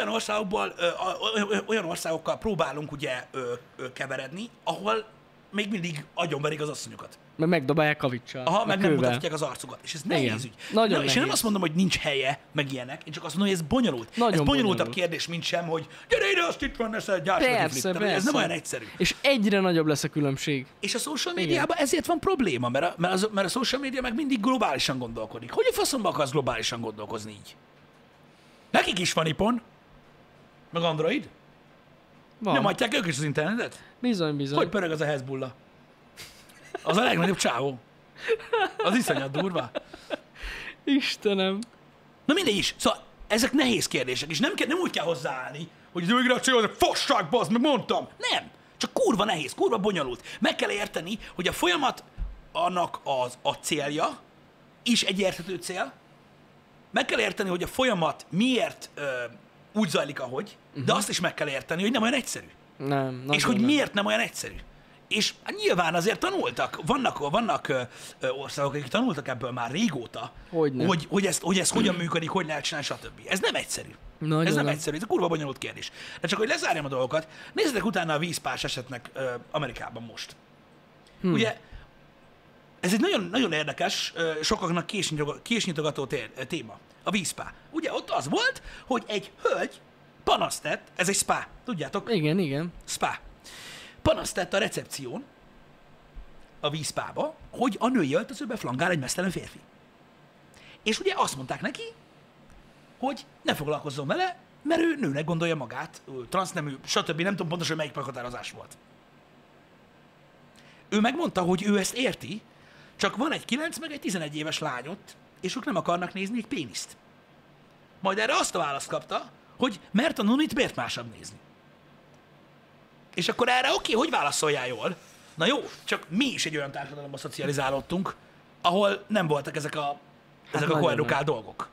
olyan országokkal próbálunk ugye keveredni, ahol még mindig agyonverik az asszonyokat. Meg megdobálják kavicsal. Aha, meg nem kővel. mutatják az arcukat. És ez nehéz ügy. Nagyon És én nem nehéz. azt mondom, hogy nincs helye, meg ilyenek, én csak azt mondom, hogy ez bonyolult. Nagyon ez bonyolultabb bonyolult. kérdés, mint sem, hogy gyere ide, azt itt van, ezt egy gyárs Persze. Ez nem olyan egyszerű. És egyre nagyobb lesz a különbség. És a social médiában ezért van probléma, mert a social média meg mindig globálisan gondolkodik. Hogy a faszomba akarsz globálisan gondolkozni így? Nekik is van ipon, meg Android. Van. Nyomatják ők is az internetet. Bizony. Hogy pörög az a Hezbollah? Az a legnagyobb csávó. Az iszonyat durva. Istenem. Na mindegy is. Szóval ezek nehéz kérdések, és nem úgy kell hozzáállni, hogy az migráció az egy fasság, bazd, meg mondtam. Nem. Csak kurva nehéz, kurva bonyolult. Meg kell érteni, hogy a folyamat annak a célja is egy érthető cél. Meg kell érteni, hogy a folyamat miért úgy zajlik, ahogy, de azt is meg kell érteni, hogy nem olyan egyszerű. Nem. És hogy miért nem olyan egyszerű. És hát nyilván azért tanultak, vannak országok, akik tanultak ebből már régóta, Hogyne. hogy ez hogyan működik, hogy lehet csinálni, stb. Ez nem egyszerű. Nagyon Ez nem nem. egyszerű, ez a kurva bonyolult kérdés. De csak hogy lezárjam a dolgokat, nézzetek utána a vízpás esetnek Amerikában most. Ugye, ez egy nagyon, nagyon érdekes, sokaknak késnyitogató téma, a vízpá. Ugye ott az volt, hogy egy hölgy panaszt tett, ez egy spa, tudjátok? Igen. Spa. Panaszt tett a recepción a vízpába, hogy a női öltözőbe flangál egy meztelen férfi. És ugye azt mondták neki, hogy ne foglalkozzon vele, mert ő nőnek gondolja magát, transznemű, stb. Nem tudom pontosan, melyik meghatározás volt. Ő megmondta, hogy ő ezt érti, Csak van egy 9 meg egy 11 éves lány ott, és ők nem akarnak nézni egy péniszt. Majd erre azt a választ kapta, hogy mert a nunit miért másabb nézni. És akkor erre oké, hogy válaszoljál jól? Na jó, csak mi is egy olyan társadalomban szocializálódtunk, ahol nem voltak ezek a koedukál dolgok.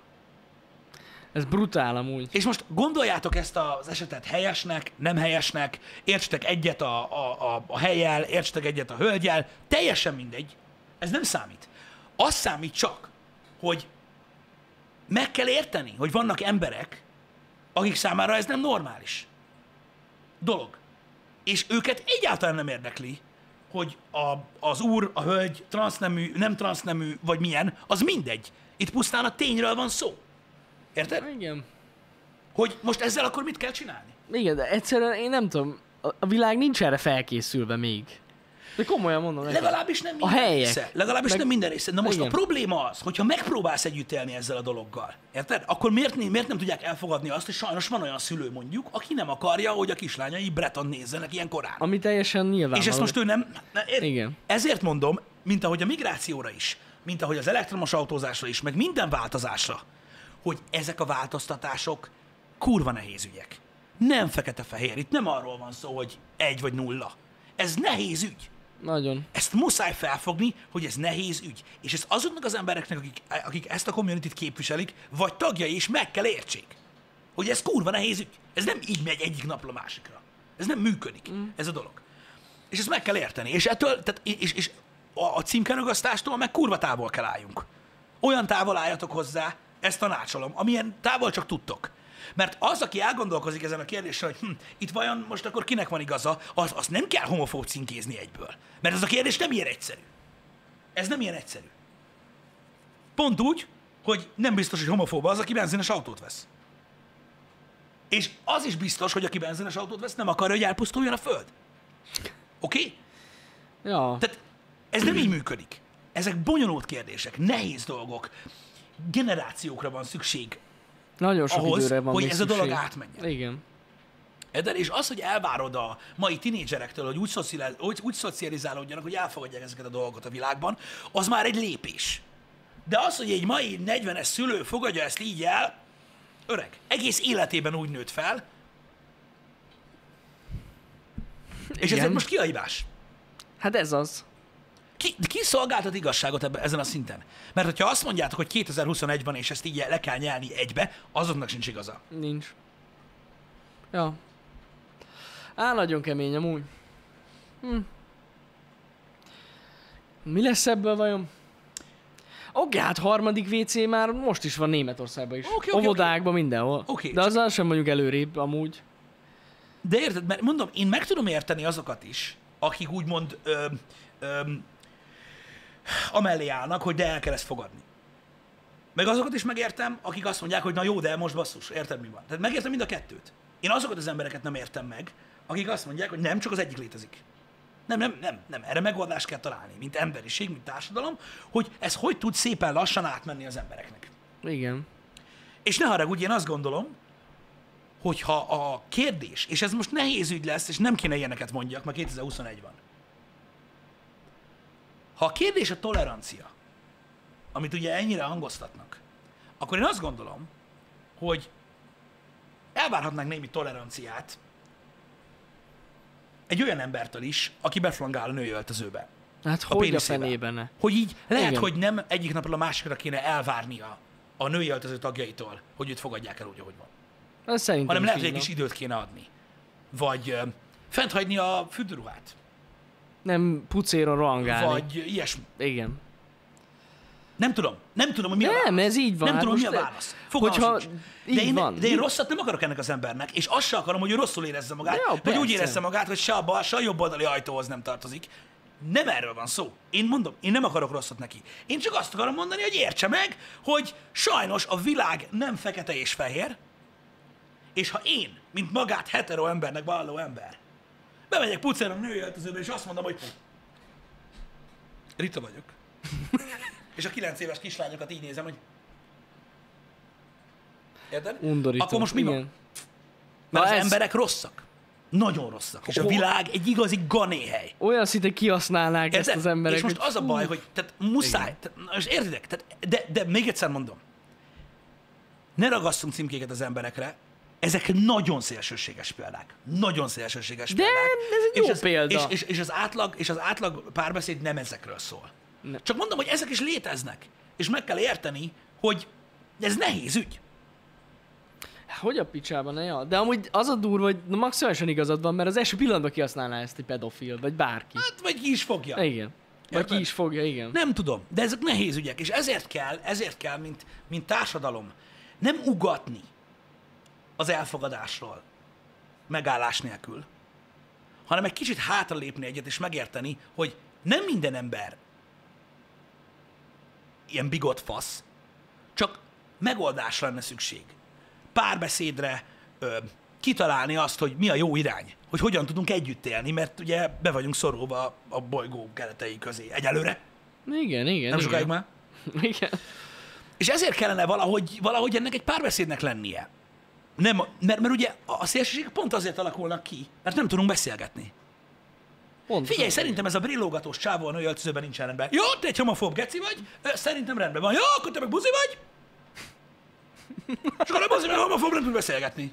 Ez brutál amúgy. És most gondoljátok ezt az esetet helyesnek, nem helyesnek, értsetek egyet a helyjel, értsetek egyet a hölgyel, teljesen mindegy. Ez nem számít. Az számít csak, hogy meg kell érteni, hogy vannak emberek, akik számára ez nem normális dolog. És őket egyáltalán nem érdekli, hogy az úr, a hölgy, transznemű, nem transznemű, vagy milyen, az mindegy. Itt pusztán a tényről van szó. Érted? Igen. Hogy most ezzel akkor mit kell csinálni? Igen, de egyszerűen én nem tudom, a világ nincs erre felkészülve még. De komolyan mondom neked. Legalábbis nem minden része. Legalábbis nem minden része. Na most igen. A probléma az, hogyha megpróbálsz együtt élni ezzel a dologgal, érted? Akkor miért nem tudják elfogadni azt, hogy sajnos van olyan szülő mondjuk, aki nem akarja, hogy a kislányai Breton nézzenek ilyen korán. Ami teljesen nyilvánvaló. És ezt most ő nem... Igen. Ezért mondom, mint ahogy a migrációra is, mint ahogy az elektromos autózásra is, meg minden változásra, hogy ezek a változtatások kurva nehéz ügyek. Nem fekete-fehér. Itt nem arról van szó, hogy 1 vagy 0. Ez nehéz ügy. Nagyon. Ezt muszáj felfogni, hogy ez nehéz ügy. És ez azoknak az embereknek, akik ezt a community-t képviselik, vagy tagjai is meg kell értsék, hogy ez kurva nehéz ügy. Ez nem így megy egyik napra a másikra. Ez nem működik, ez a dolog. És ezt meg kell érteni. És ettől, és a címkeragasztástól meg kurva távol kell álljunk. Olyan távol álljatok hozzá, ezt tanácsolom, amilyen távol csak tudtok. Mert az, aki elgondolkozik ezen a kérdésen, hogy itt vajon most akkor kinek van igaza, az nem kell homofób címkézni egyből. Mert ez a kérdés nem ilyen egyszerű. Ez nem ilyen egyszerű. Pont úgy, hogy nem biztos, hogy homofób az, aki benzines autót vesz. És az is biztos, hogy aki benzines autót vesz, nem akarja, hogy elpusztuljon a föld. Oké? Okay? Ja. Tehát ez nem így működik. Ezek bonyolult kérdések, nehéz dolgok. Generációkra van szükség nagyon sok ahhoz, időre van hogy még ez szükség. a dolog átmenjen. Igen. És az, hogy elvárod a mai tinédzserektől, hogy úgy szocializálódjanak, hogy elfogadják ezeket a dolgokat a világban, az már egy lépés. De az, hogy egy mai 40-es szülő fogadja ezt így el, öreg, egész életében úgy nőtt fel, és ezért most ki a hibás? Hát ez az. Ki szolgáltat igazságot ezen a szinten? Mert hogyha azt mondjátok, hogy 2021 van, és ezt így le kell nyelni egybe, azoknak sincs igaza. Nincs. Ja. Nagyon kemény amúgy. Mi lesz ebből vajon? Oké, hát harmadik WC már most is van Németországban is. Óvodákban, mindenhol. De azzal sem mondjuk előrébb amúgy. De érted, mert mondom, én meg tudom érteni azokat is, akik úgymond amellé állnak, hogy de el kell ezt fogadni. Meg azokat is megértem, akik azt mondják, hogy na jó, de most basszus, érted mi van. Tehát megértem mind a kettőt. Én azokat az embereket nem értem meg, akik azt mondják, hogy nem, csak az egyik létezik. Nem. Erre megoldást kell találni, mint emberiség, mint társadalom, hogy ez hogy tud szépen lassan átmenni az embereknek. Igen. És ne haragudj, én azt gondolom, hogyha a kérdés, és ez most nehéz ügy lesz, és nem kéne ilyeneket mondjak, mert 2021 van. Ha a kérdés a tolerancia, amit ugye ennyire hangoztatnak, akkor én azt gondolom, hogy elvárhatnánk némi toleranciát egy olyan embertől is, aki beflangál a női öltözőbe. Hát hogy a fenében ne? Hogy így lehet, igen. hogy nem egyik napról a másikra kéne elvárnia a női öltöző tagjaitól, hogy őt fogadják el úgy, ahogy van. Szerintem hanem lehet, hogy egy kis időt kéne adni. Vagy fent hagyni a fürdőruhát. Nem pucéron rohangálni. Vagy ilyesmi. Igen. Nem tudom, hogy mi a válasz. Nem, ez így van. Nem tudom, mi a válasz. Fogalmam sincs. De én rosszat nem akarok ennek az embernek, és azt sem akarom, hogy ő rosszul érezze magát, Ja, vagy persze. úgy érezze magát, hogy se a bal, se a jobb oldali ajtóhoz nem tartozik. Nem erről van szó. Én mondom, én nem akarok rosszat neki. Én csak azt akarom mondani, hogy értse meg, hogy sajnos a világ nem fekete és fehér, és ha én, mint magát hetero embernek valló ember, bemegyek pucéron női öltözőbe, és azt mondom, hogy Rita vagyok. És a 9 éves kislányokat így nézem, hogy érted? Undorító. Akkor most mi van? Igen. Mert az emberek rosszak. Nagyon rosszak. És a világ egy igazi ganéhely. Olyan szinte kihasználnák ezt az emberek. És most az a baj, hogy tehát muszáj, és értitek, de még egyszer mondom, ne ragasszunk címkéket az emberekre, ezek nagyon szélsőséges példák. Nagyon szélsőséges példák. De ez egy jó példa. És az átlag párbeszéd nem ezekről szól. Ne. Csak mondom, hogy ezek is léteznek. És meg kell érteni, hogy ez nehéz ügy. Hogy a picsában, ne ja? De amúgy az a durva, hogy maximálisan igazad van, mert az első pillanatban kihasználná ezt egy pedofil, vagy bárki. Hát, vagy ki is fogja. Igen. Vagy ki is fogja, igen. Nem tudom, de ezek nehéz ügyek, és ezért kell, mint társadalom, nem ugatni az elfogadásról megállás nélkül, hanem egy kicsit hátralépni egyet, és megérteni, hogy nem minden ember ilyen bigott fasz, csak megoldásra lenne szükség. Párbeszédre, kitalálni azt, hogy mi a jó irány, hogy hogyan tudunk együtt élni, mert ugye be vagyunk szorulva a bolygó keretei közé. Egyelőre. Igen. Nem sokáig már. Igen. És ezért kellene valahogy ennek egy párbeszédnek lennie. Nem, mert ugye a szélsőségek pont azért alakulnak ki, mert nem tudunk beszélgetni. Pontosan. Figyelj, szerintem ez a brillógatós csávó a női öltözőben nincsen rendben. Jó, te egy homofób geci vagy, szerintem rendben van. Jó, akkor te meg buzi vagy. És akkor a buzi meg homofób nem tud beszélgetni.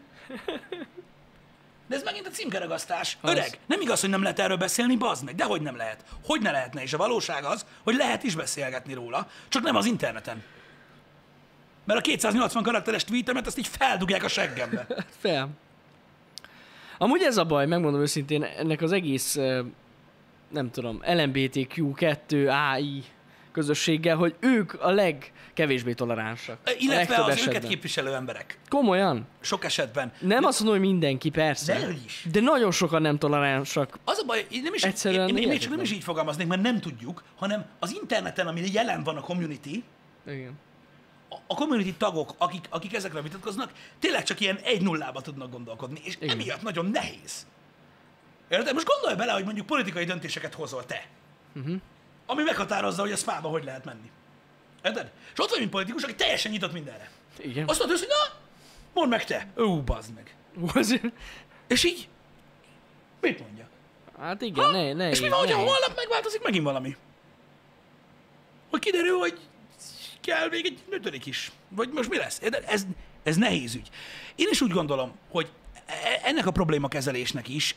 De ez megint a címkeragasztás. Öreg, nem igaz, hogy nem lehet erről beszélni, bazd meg. Dehogy nem lehet. Hogy ne lehetne? És a valóság az, hogy lehet is beszélgetni róla, csak nem az interneten. Mert a 280 karakteres tweetemet azt így feldugják a seggembe. Fel. Amúgy ez a baj, megmondom őszintén, ennek az egész, nem tudom, LMBTQ2 AI közösséggel, hogy ők a legkevésbé toleránsak. Illetve az esetben. őket képviselő emberek. Komolyan? Sok esetben. Nem azt mondom, hogy mindenki, persze. Dehogy is. De nagyon sokan nem toleránsak. Az a baj, én nem is, Egyszerűen én még csak hihetetlen. nem is így fogalmaznék, mert nem tudjuk, hanem az interneten, ami jelen van a community, Igen. a community tagok, akik ezekre vitatkoznak, tényleg csak ilyen 1-0-ba tudnak gondolkodni, és Igen. emiatt nagyon nehéz. Érted? Most gondolj bele, hogy mondjuk politikai döntéseket hozol te, ami meghatározza, hogy a spába hogy lehet menni. Érted? És ott vagy, mint politikus, aki teljesen nyitott mindenre. Igen. Azt mondod, hogy na, mondd meg te. Bazd meg. Azért- És így, mit mondja? Hát igen, ne. És mi van, hogyha holnap megváltozik megint valami? Hogy kiderül, hogy kell még egy 5. is. Vagy most mi lesz? Érted? Ez nehéz ügy. Én is úgy gondolom, hogy ennek a problémakezelésnek is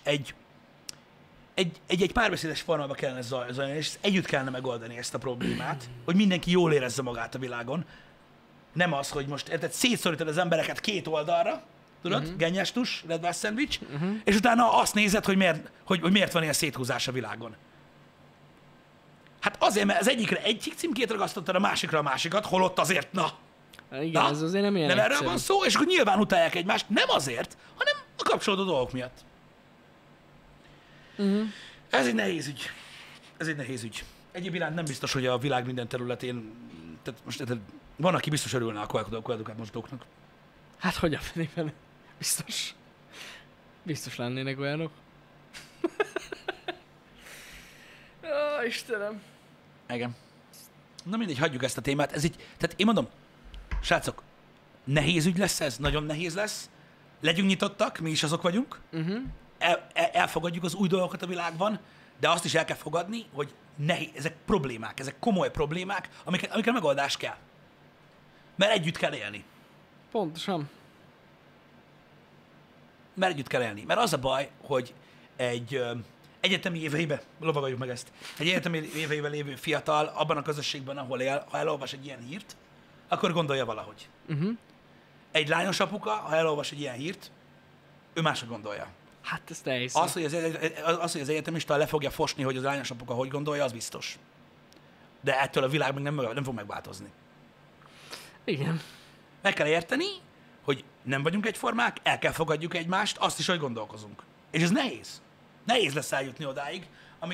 egy párbeszédes formába kellene zajlani, és együtt kellene megoldani ezt a problémát, hogy mindenki jól érezze magát a világon. Nem az, hogy most érted, szétszorítod az embereket két oldalra, tudod, gennyestus, red West szendvics, és utána azt nézed, hogy miért van ilyen széthúzás a világon. Hát azért, mert az egyikre egyik címkét ragasztottad, a másikra a másikat, holott azért, Igen, na, ez azért nem ilyen nem erről egyszerű. van szó, és akkor nyilván utálják egymást, nem azért, hanem a kapcsolódó dolgok miatt. Ez egy nehéz ügy. Ez egy nehéz ügy. Egyéb iránt nem biztos, hogy a világ minden területén, tehát most van, aki biztos örülne a koedukát mosdóknak. Hát hogy a fenében? Biztos. Biztos lennének olyanok. Ó, Istenem. Igen. Na mindegy, hagyjuk ezt a témát. Tehát én mondom, srácok, nehéz ügy lesz ez, nagyon nehéz lesz. Legyünk nyitottak, mi is azok vagyunk. Elfogadjuk az új dolgokat a világban, de azt is el kell fogadni, hogy ezek problémák, ezek komoly problémák, amikre megoldás kell. Mert együtt kell élni. Pontosan. Mert együtt kell élni. Mert az a baj, hogy egy egyetemi éveiben, lovagoljuk meg ezt, egy egyetemi éveiben lévő fiatal abban a közösségben, ahol él, ha elolvas egy ilyen hírt, akkor gondolja valahogy. Egy lányos apuka, ha elolvas egy ilyen hírt, ő máshogy gondolja. Hát ezt elhiszem. Az, hogy az egyetemista le fogja fosni, hogy az lányos apuka hogy gondolja, az biztos. De ettől a világ még nem fog megváltozni. Igen. Meg kell érteni, hogy nem vagyunk egyformák, el kell fogadjuk egymást, azt is, hogy gondolkozunk. És ez nehéz. Nehéz lesz eljutni odáig,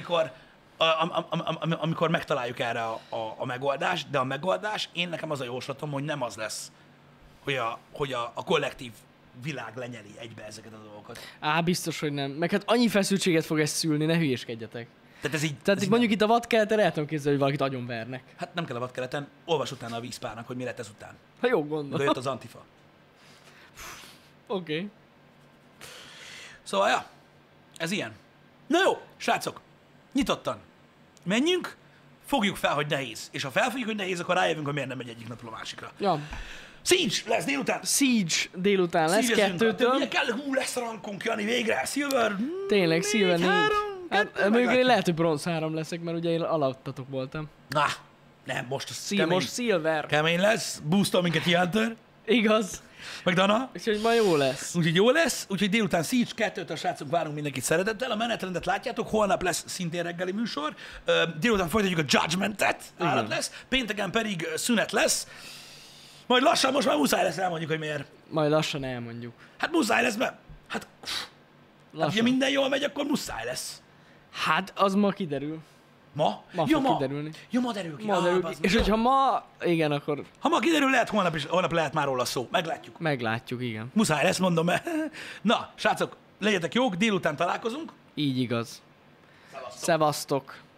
amikor megtaláljuk erre a megoldást, de a megoldás, nekem az a jóslatom, hogy nem az lesz, hogy a kollektív világ lenyeli egybe ezeket a dolgokat. Biztos, hogy nem. Meg hát annyi feszültséget fog ezt szülni, ne hülyéskedjetek. Tehát ez így... Tehát mondjuk itt a vadkeleten el tudom képzelni, hogy valakit agyonvernek. Hát nem kell a vadkeleten, olvas utána a vízpárnak, hogy mi lett ezután. Ha jó De gondolom. jött az Antifa. Oké. Szóval, ja, Ez ilyen. Na jó, srácok, nyitottan. Menjünk, fogjuk fel, hogy nehéz. És ha felfogjuk, hogy nehéz, akkor rájövünk, hogy miért nem megy egyik napról a másikra. Ja. Siege lesz délután. Siege délután lesz Siege-zünk. 2-től. Lesz rankunk, Jani, végre. Silver. Tényleg, Silver 4. 3. Hát, mondjuk én lehet, hogy bronz 3 leszek, mert ugye én alattatok voltam. Na, nem, most az kemény. Most Silver. Kemény lesz, boostol minket Hunter, Igaz. meg Dana. Úgyhogy ma jó lesz. Úgyhogy jó lesz, úgyhogy délután Siege 2-től srácok, várunk mindenkit szeretettel. A menetrendet látjátok, holnap lesz szintén reggeli műsor. Délután folytatjuk a Judgment-et, állat lesz. Pénteken pedig szünet lesz. Majd lassan, most már muszáj lesz elmondjuk, hogy miért. Majd lassan elmondjuk. Hát muszáj lesz, mert hát ugye minden jól megy, akkor muszáj lesz. Hát az ma kiderül. Ma? Ma fog kiderülni. Ja, ma derül ki. Ma derül ki. És hogyha ma, igen, akkor Ha ma kiderül, lehet holnap lehet már róla szó. Meglátjuk. meglátjuk, igen. Muszáj lesz, mondom. Na, srácok, legyetek jók, délután találkozunk. Így igaz. Szevasztok.